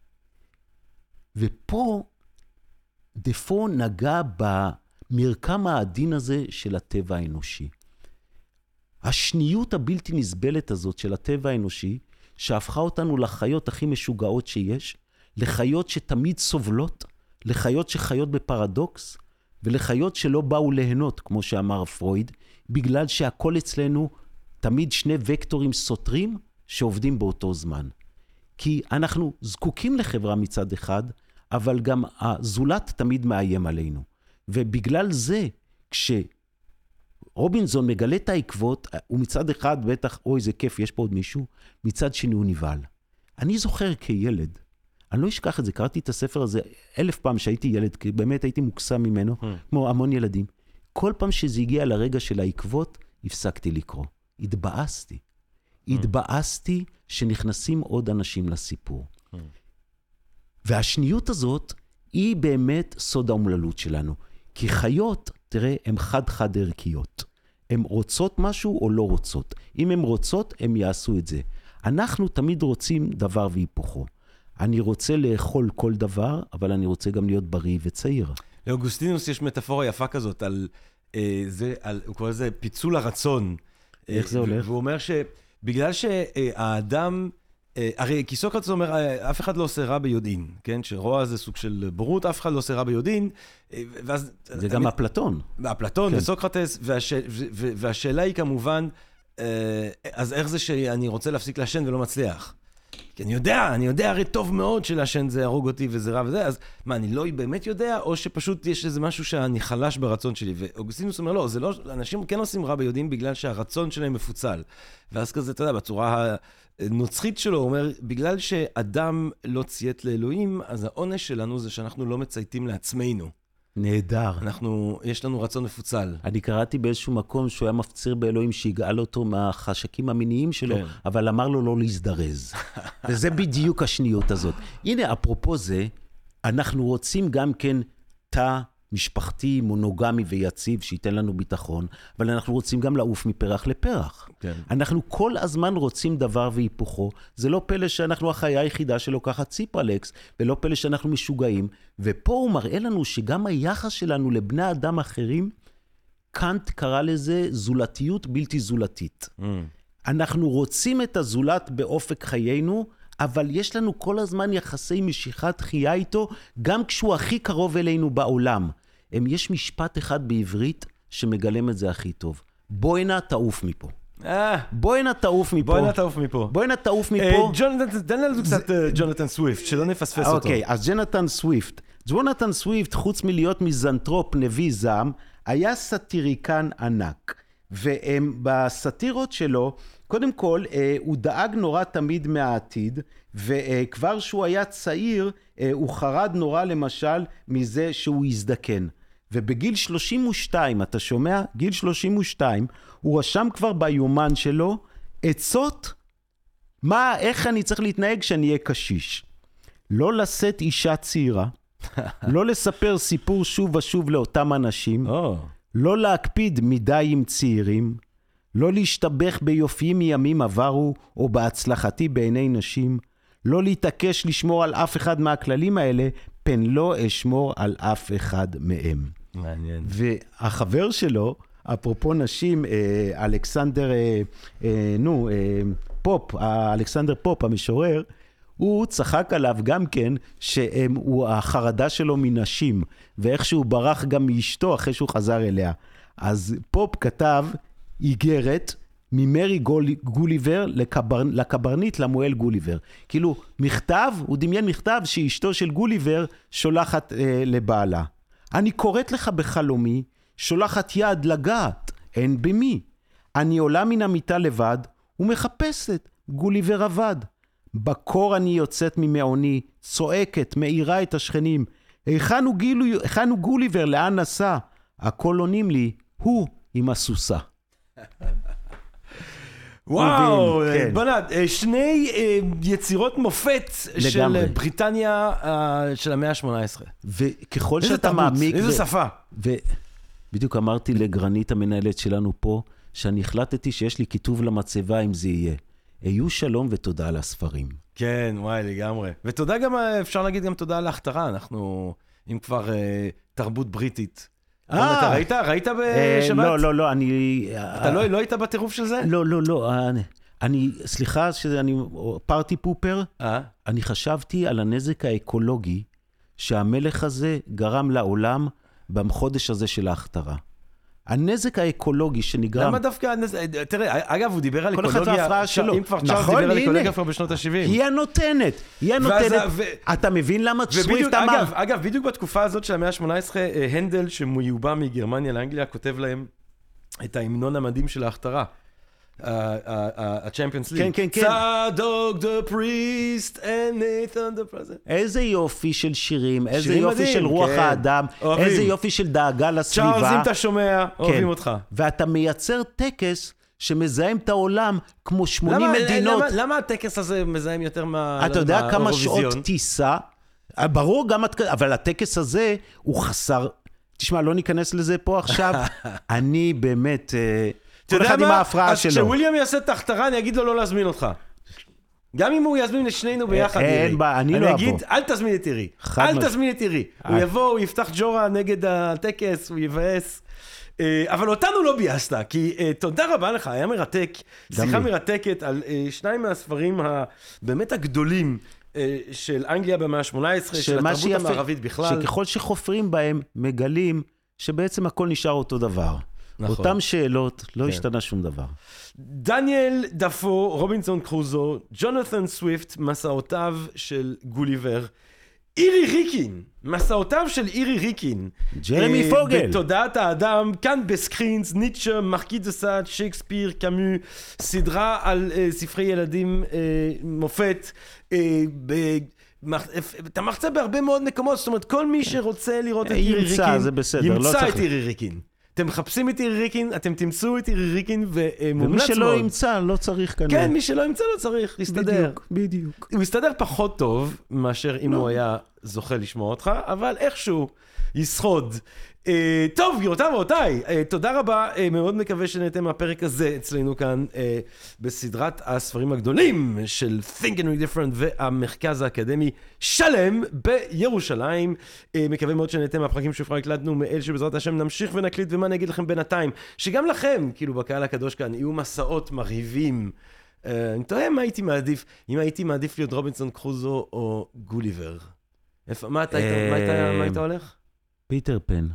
B: ופה, דפו נגע במרקם העדין הזה של הטבע האנושי. השניות הבלתי נסבלת הזאת של הטבע האנושי, שהפכה אותנו לחיות הכי משוגעות שיש, לחיות שתמיד סובלות, לחיות שחיות בפרדוקס, ולחיות שלא באו ליהנות, כמו שאמר פרויד, בגלל שהכל אצלנו תמיד שני וקטורים סותרים שעובדים באותו זמן. כי אנחנו זקוקים לחברה מצד אחד, אבל גם הזולת תמיד מאיים עלינו. ובגלל זה, כשרובינזון מגלה את העקבות, הוא מצד אחד בטח, אוי זה כיף, יש פה עוד מישהו, מצד שני הוא נבהל. אני זוכר כילד, אני לא אשכח את זה, קראתי את הספר הזה אלף פעם שהייתי ילד, כי באמת הייתי מוקסם ממנו, hmm. כמו המון ילדים. כל פעם שזה הגיע לרגע של העקבות, הפסקתי לקרוא. התבאסתי. Hmm. התבאסתי שנכנסים עוד אנשים לסיפור. Hmm. והשניות הזאת היא באמת סוד האומללות שלנו. כי חיות, תראה, הן חד-חד ערכיות. הן רוצות משהו או לא רוצות. אם הן רוצות, הן יעשו את זה. אנחנו תמיד רוצים דבר והיפוכו. אני רוצה לאכול כל דבר, אבל אני רוצה גם להיות בריא וצעיר.
A: לאוגוסטינוס יש מטאפורה יפה כזאת על, אה, זה, על, הוא קורא לזה פיצול הרצון.
B: איך
A: אה,
B: זה הולך?
A: והוא אומר שבגלל שהאדם, אה, הרי כי סוקרטס אומר, אה, אף אחד לא עושה רע ביודעין, כן? שרוע זה סוג של בורות, אף אחד לא עושה רע ביודעין. אה, ואז,
B: זה גם אפלטון.
A: אפלטון
B: כן.
A: וסוקרטס, והש, ו, ו, והשאלה היא כמובן, אה, אז איך זה שאני רוצה להפסיק לעשן ולא מצליח? כי אני יודע, אני יודע הרי טוב מאוד שלעשן זה הרוג אותי וזה רע וזה, אז מה, אני לא באמת יודע, או שפשוט יש איזה משהו שאני חלש ברצון שלי, ואוגוסטינוס אומר, לא, זה לא, אנשים כן עושים רע ביודעין בגלל שהרצון שלהם מפוצל. ואז כזה, אתה יודע, בצורה הנוצחית שלו, הוא אומר, בגלל שאדם לא ציית לאלוהים, אז העונש שלנו זה שאנחנו לא מצייתים לעצמנו.
B: נהדר.
A: אנחנו, יש לנו רצון מפוצל.
B: אני קראתי באיזשהו מקום שהוא היה מפציר באלוהים שיגאל אותו מהחשקים המיניים שלו, כן. אבל אמר לו לא להזדרז. וזה בדיוק השניות הזאת. הנה, אפרופו זה, אנחנו רוצים גם כן תא משפחתי, מונוגמי ויציב, שייתן לנו ביטחון, אבל אנחנו רוצים גם לעוף מפרח לפרח. כן. אנחנו כל הזמן רוצים דבר והיפוכו. זה לא פלא שאנחנו החיה היחידה שלוקחת ציפרלקס, ולא פלא שאנחנו משוגעים. ופה הוא מראה לנו שגם היחס שלנו לבני אדם אחרים, קאנט קרא לזה זולתיות בלתי זולתית. Mm. אנחנו רוצים את הזולת באופק חיינו, אבל יש לנו כל הזמן יחסי משיכת חייה איתו, גם כשהוא הכי קרוב אלינו בעולם. יש משפט אחד בעברית שמגלם את זה הכי טוב. בואי נא תעוף מפה. בואי נא תעוף מפה.
A: בואי נא תעוף מפה.
B: בואי נא תעוף מפה.
A: תן לנו קצת ג'ונתן סוויפט, שלא נפספס אותו.
B: אוקיי, אז ג'ונתן סוויפט. ג'ונתן סוויפט, חוץ מלהיות מיזנטרופ נביא זעם, היה סטיריקן ענק. ובסטירות שלו, קודם כל, הוא דאג נורא תמיד מהעתיד, וכבר שהוא היה צעיר, הוא חרד נורא למשל מזה שהוא יזדקן. ובגיל שלושים ושתיים, אתה שומע? גיל שלושים ושתיים, הוא רשם כבר ביומן שלו, עצות, מה, איך אני צריך להתנהג כשאני אהיה קשיש? לא לשאת אישה צעירה, לא לספר סיפור שוב ושוב לאותם אנשים, oh. לא להקפיד מדי עם צעירים, לא להשתבח ביופיים מימים עברו או בהצלחתי בעיני נשים, לא להתעקש לשמור על אף אחד מהכללים האלה, פן לא אשמור על אף אחד מהם.
A: מעניין.
B: והחבר שלו, אפרופו נשים, אלכסנדר, נו, פופ, אלכסנדר פופ, המשורר, הוא צחק עליו גם כן, שהוא החרדה שלו מנשים, ואיך שהוא ברח גם מאשתו אחרי שהוא חזר אליה. אז פופ כתב איגרת ממרי גוליבר לקבר, לקברנית למואל גוליבר. כאילו, מכתב, הוא דמיין מכתב שאשתו של גוליבר שולחת אה, לבעלה. אני קוראת לך בחלומי, שולחת יד לגעת, אין במי. אני עולה מן המיטה לבד ומחפשת, גוליבר עבד. בקור אני יוצאת ממעוני, צועקת, מאירה את השכנים. היכן הוא, גילו, היכן הוא גוליבר, לאן נסע? הכל עונים לי, הוא עם הסוסה.
A: וואו, בונה, שני יצירות מופת של בריטניה של המאה ה-שמונה עשרה.
B: וככל שאתה מעמיק...
A: איזה שפה.
B: ובדיוק אמרתי לגרנית המנהלת שלנו פה, שאני החלטתי שיש לי כיתוב למצבה אם זה יהיה. היו שלום ותודה על הספרים.
A: כן, וואי, לגמרי. ותודה גם, אפשר להגיד גם תודה על ההכתרה, אנחנו, אם כבר תרבות בריטית. אתה ראית? ראית בשבת?
B: לא, לא, לא, אני...
A: אתה לא היית בטירוף של זה?
B: לא, לא, לא, אני, סליחה שאני פארטי פופר, אני חשבתי על הנזק האקולוגי שהמלך הזה גרם לעולם בחודש הזה של ההכתרה. הנזק האקולוגי שנגרם...
A: למה דווקא הנזק... תראה, אגב, הוא דיבר על אקולוגיה...
B: כל אחד וההפרעה שלו.
A: אם כבר צ'ארלס דיבר על אקולוגיה כבר בשנות ה-שבעים.
B: היא הנותנת, היא הנותנת. אתה מבין למה סוויפט אמר?
A: אגב, בדיוק בתקופה הזאת של המאה ה-שמונה עשרה, הנדל, שמיובא מגרמניה לאנגליה, כותב להם את ההמנון המדהים של ההכתרה. ה-Champions League.
B: כן, כן, כן.
A: צדוק the priest and Nathan the president.
B: איזה יופי של שירים, איזה יופי של רוח האדם, איזה יופי של דאגה לסביבה.
A: צ'ארלס, אם אתה שומע, אוהבים אותך.
B: ואתה מייצר טקס שמזהם את העולם כמו שמונים מדינות.
A: למה הטקס הזה מזהם יותר מהאירוויזיון?
B: אתה יודע כמה שעות טיסה ברור גם, אבל הטקס הזה הוא חסר, תשמע, לא ניכנס לזה פה עכשיו, אני באמת, כל אחד עם ההפרעה שלו.
A: אז כשוויליאם יעשה את ההכתרה, אני אגיד לו לא להזמין אותך. גם אם הוא יזמין לשנינו ביחד,
B: אין בעיה, אני לא אבוא.
A: אני אגיד, אל תזמין את עירי, אל תזמין את עירי. הוא יבוא, הוא יפתח ג'ורה נגד הטקס, הוא יבאס. אבל אותנו לא בייסת, כי תודה רבה לך, היה מרתק, שיחה מרתקת על שניים מהספרים הבאמת הגדולים של אנגליה במאה ה-שמונה עשרה, של התרבות המערבית בכלל.
B: שככל שחופרים בהם, מגלים שבעצם הכל נשאר אותו דבר. אותם שאלות, לא השתנה שום דבר.
A: דניאל דפו, רובינסון קרוזו, ג'ונת'ן סוויפט, מסעותיו של גוליבר, אירי ריקין, מסעותיו של אירי ריקין.
B: ג'רמי פוגל.
A: בתודעת האדם, כאן בסקרינס, ניטשה, מרקי דה סאד, שייקספיר, קאמו, סדרה על uh, ספרי ילדים uh, מופת, uh, ב... אתה מחצה בהרבה מאוד מקומות, זאת אומרת, כל מי שרוצה לראות את אירי ריקין,
B: זה בסדר,
A: ימצא
B: לא
A: את אירי ריקין. אתם מחפשים את אירי ריקין, אתם תמצאו את אירי ריקין, ומומלץ מאוד.
B: ומי שלא ימצא, לא צריך כנראה.
A: כן, מי שלא ימצא, לא צריך, להסתדר.
B: בדיוק, בדיוק.
A: הוא יסתדר פחות טוב, מאשר אם הוא היה זוכה לשמוע אותך, אבל איכשהו ישחוד. טוב, גבירותיי ורבותיי, תודה רבה, מאוד מקווה שנהנתם מהפרק הזה אצלנו כאן, בסדרת הספרים הגדולים של Think and Read Different והמרכז האקדמי שלם בירושלים. מקווה מאוד שנהנתם מהפרקים שכבר הקלטנו, מאל שבעזרת השם נמשיך ונקליט, ומה נגיד לכם בינתיים, שגם לכם, כאילו בקהל הקדוש כאן, יהיו מסעות מרהיבים. אני תוהה מה הייתי מעדיף, אם הייתי מעדיף להיות רובינסון קרוזו או גוליבר. מה היית הולך?
B: פיטר פן.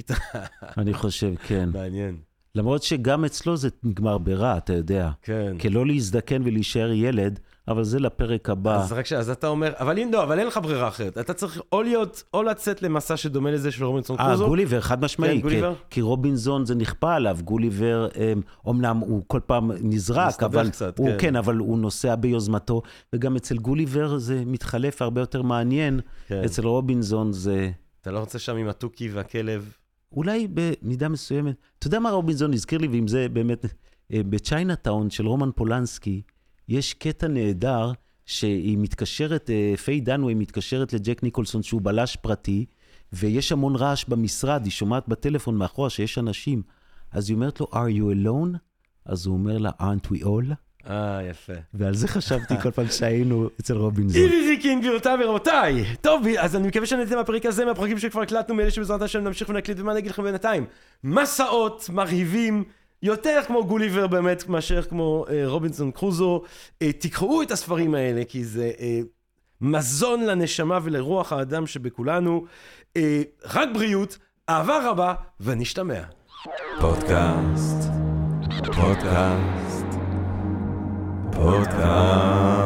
B: אני חושב, כן.
A: מעניין.
B: למרות שגם אצלו זה נגמר ברע, אתה יודע.
A: כן.
B: כלא להזדקן ולהישאר ילד, אבל זה לפרק הבא.
A: אז רק שאז אתה אומר, אבל לא, אבל אין לך ברירה אחרת. אתה צריך או להיות, או לצאת למסע שדומה לזה של רובינסון קרוזו.
B: אה, גוליבר, חד משמעי.
A: כן, גוליבר?
B: כי רובינזון זה נכפה עליו. גוליבר, אומנם הוא כל פעם נזרק, אבל
A: קצת,
B: הוא,
A: כן.
B: כן, אבל הוא נוסע ביוזמתו. וגם אצל גוליבר זה מתחלף הרבה יותר מעניין.
A: כן.
B: אצל רובינזון זה...
A: אתה לא רוצה שם עם התוכי והכלב?
B: אולי במידה מסוימת. אתה יודע מה רובינזון הזכיר לי, ואם זה באמת... בצ'יינאטאון של רומן פולנסקי, יש קטע נהדר שהיא מתקשרת, פיי דנווי מתקשרת לג'ק ניקולסון שהוא בלש פרטי, ויש המון רעש במשרד, היא שומעת בטלפון מאחורה שיש אנשים, אז היא אומרת לו, are you alone? אז הוא אומר לה, aren't we all?
A: אה, יפה.
B: ועל זה חשבתי כל פעם שהיינו אצל רובינזון.
A: אירי ריקין, גבירותיי ורבותיי. טוב, אז אני מקווה שנהנתם מהפרק הזה, מהפרקים שכבר הקלטנו, מאלה שבעזרת השם נמשיך ונקליט, ומה נגיד לכם בינתיים? מסעות מרהיבים, יותר כמו גוליבר באמת, מאשר כמו אה, רובינסון קרוזו. אה, תקראו את הספרים האלה, כי זה אה, מזון לנשמה ולרוח האדם שבכולנו. אה, רק בריאות, אהבה רבה, ונשתמע. פודקאסט, פודקאסט, פודקאסט.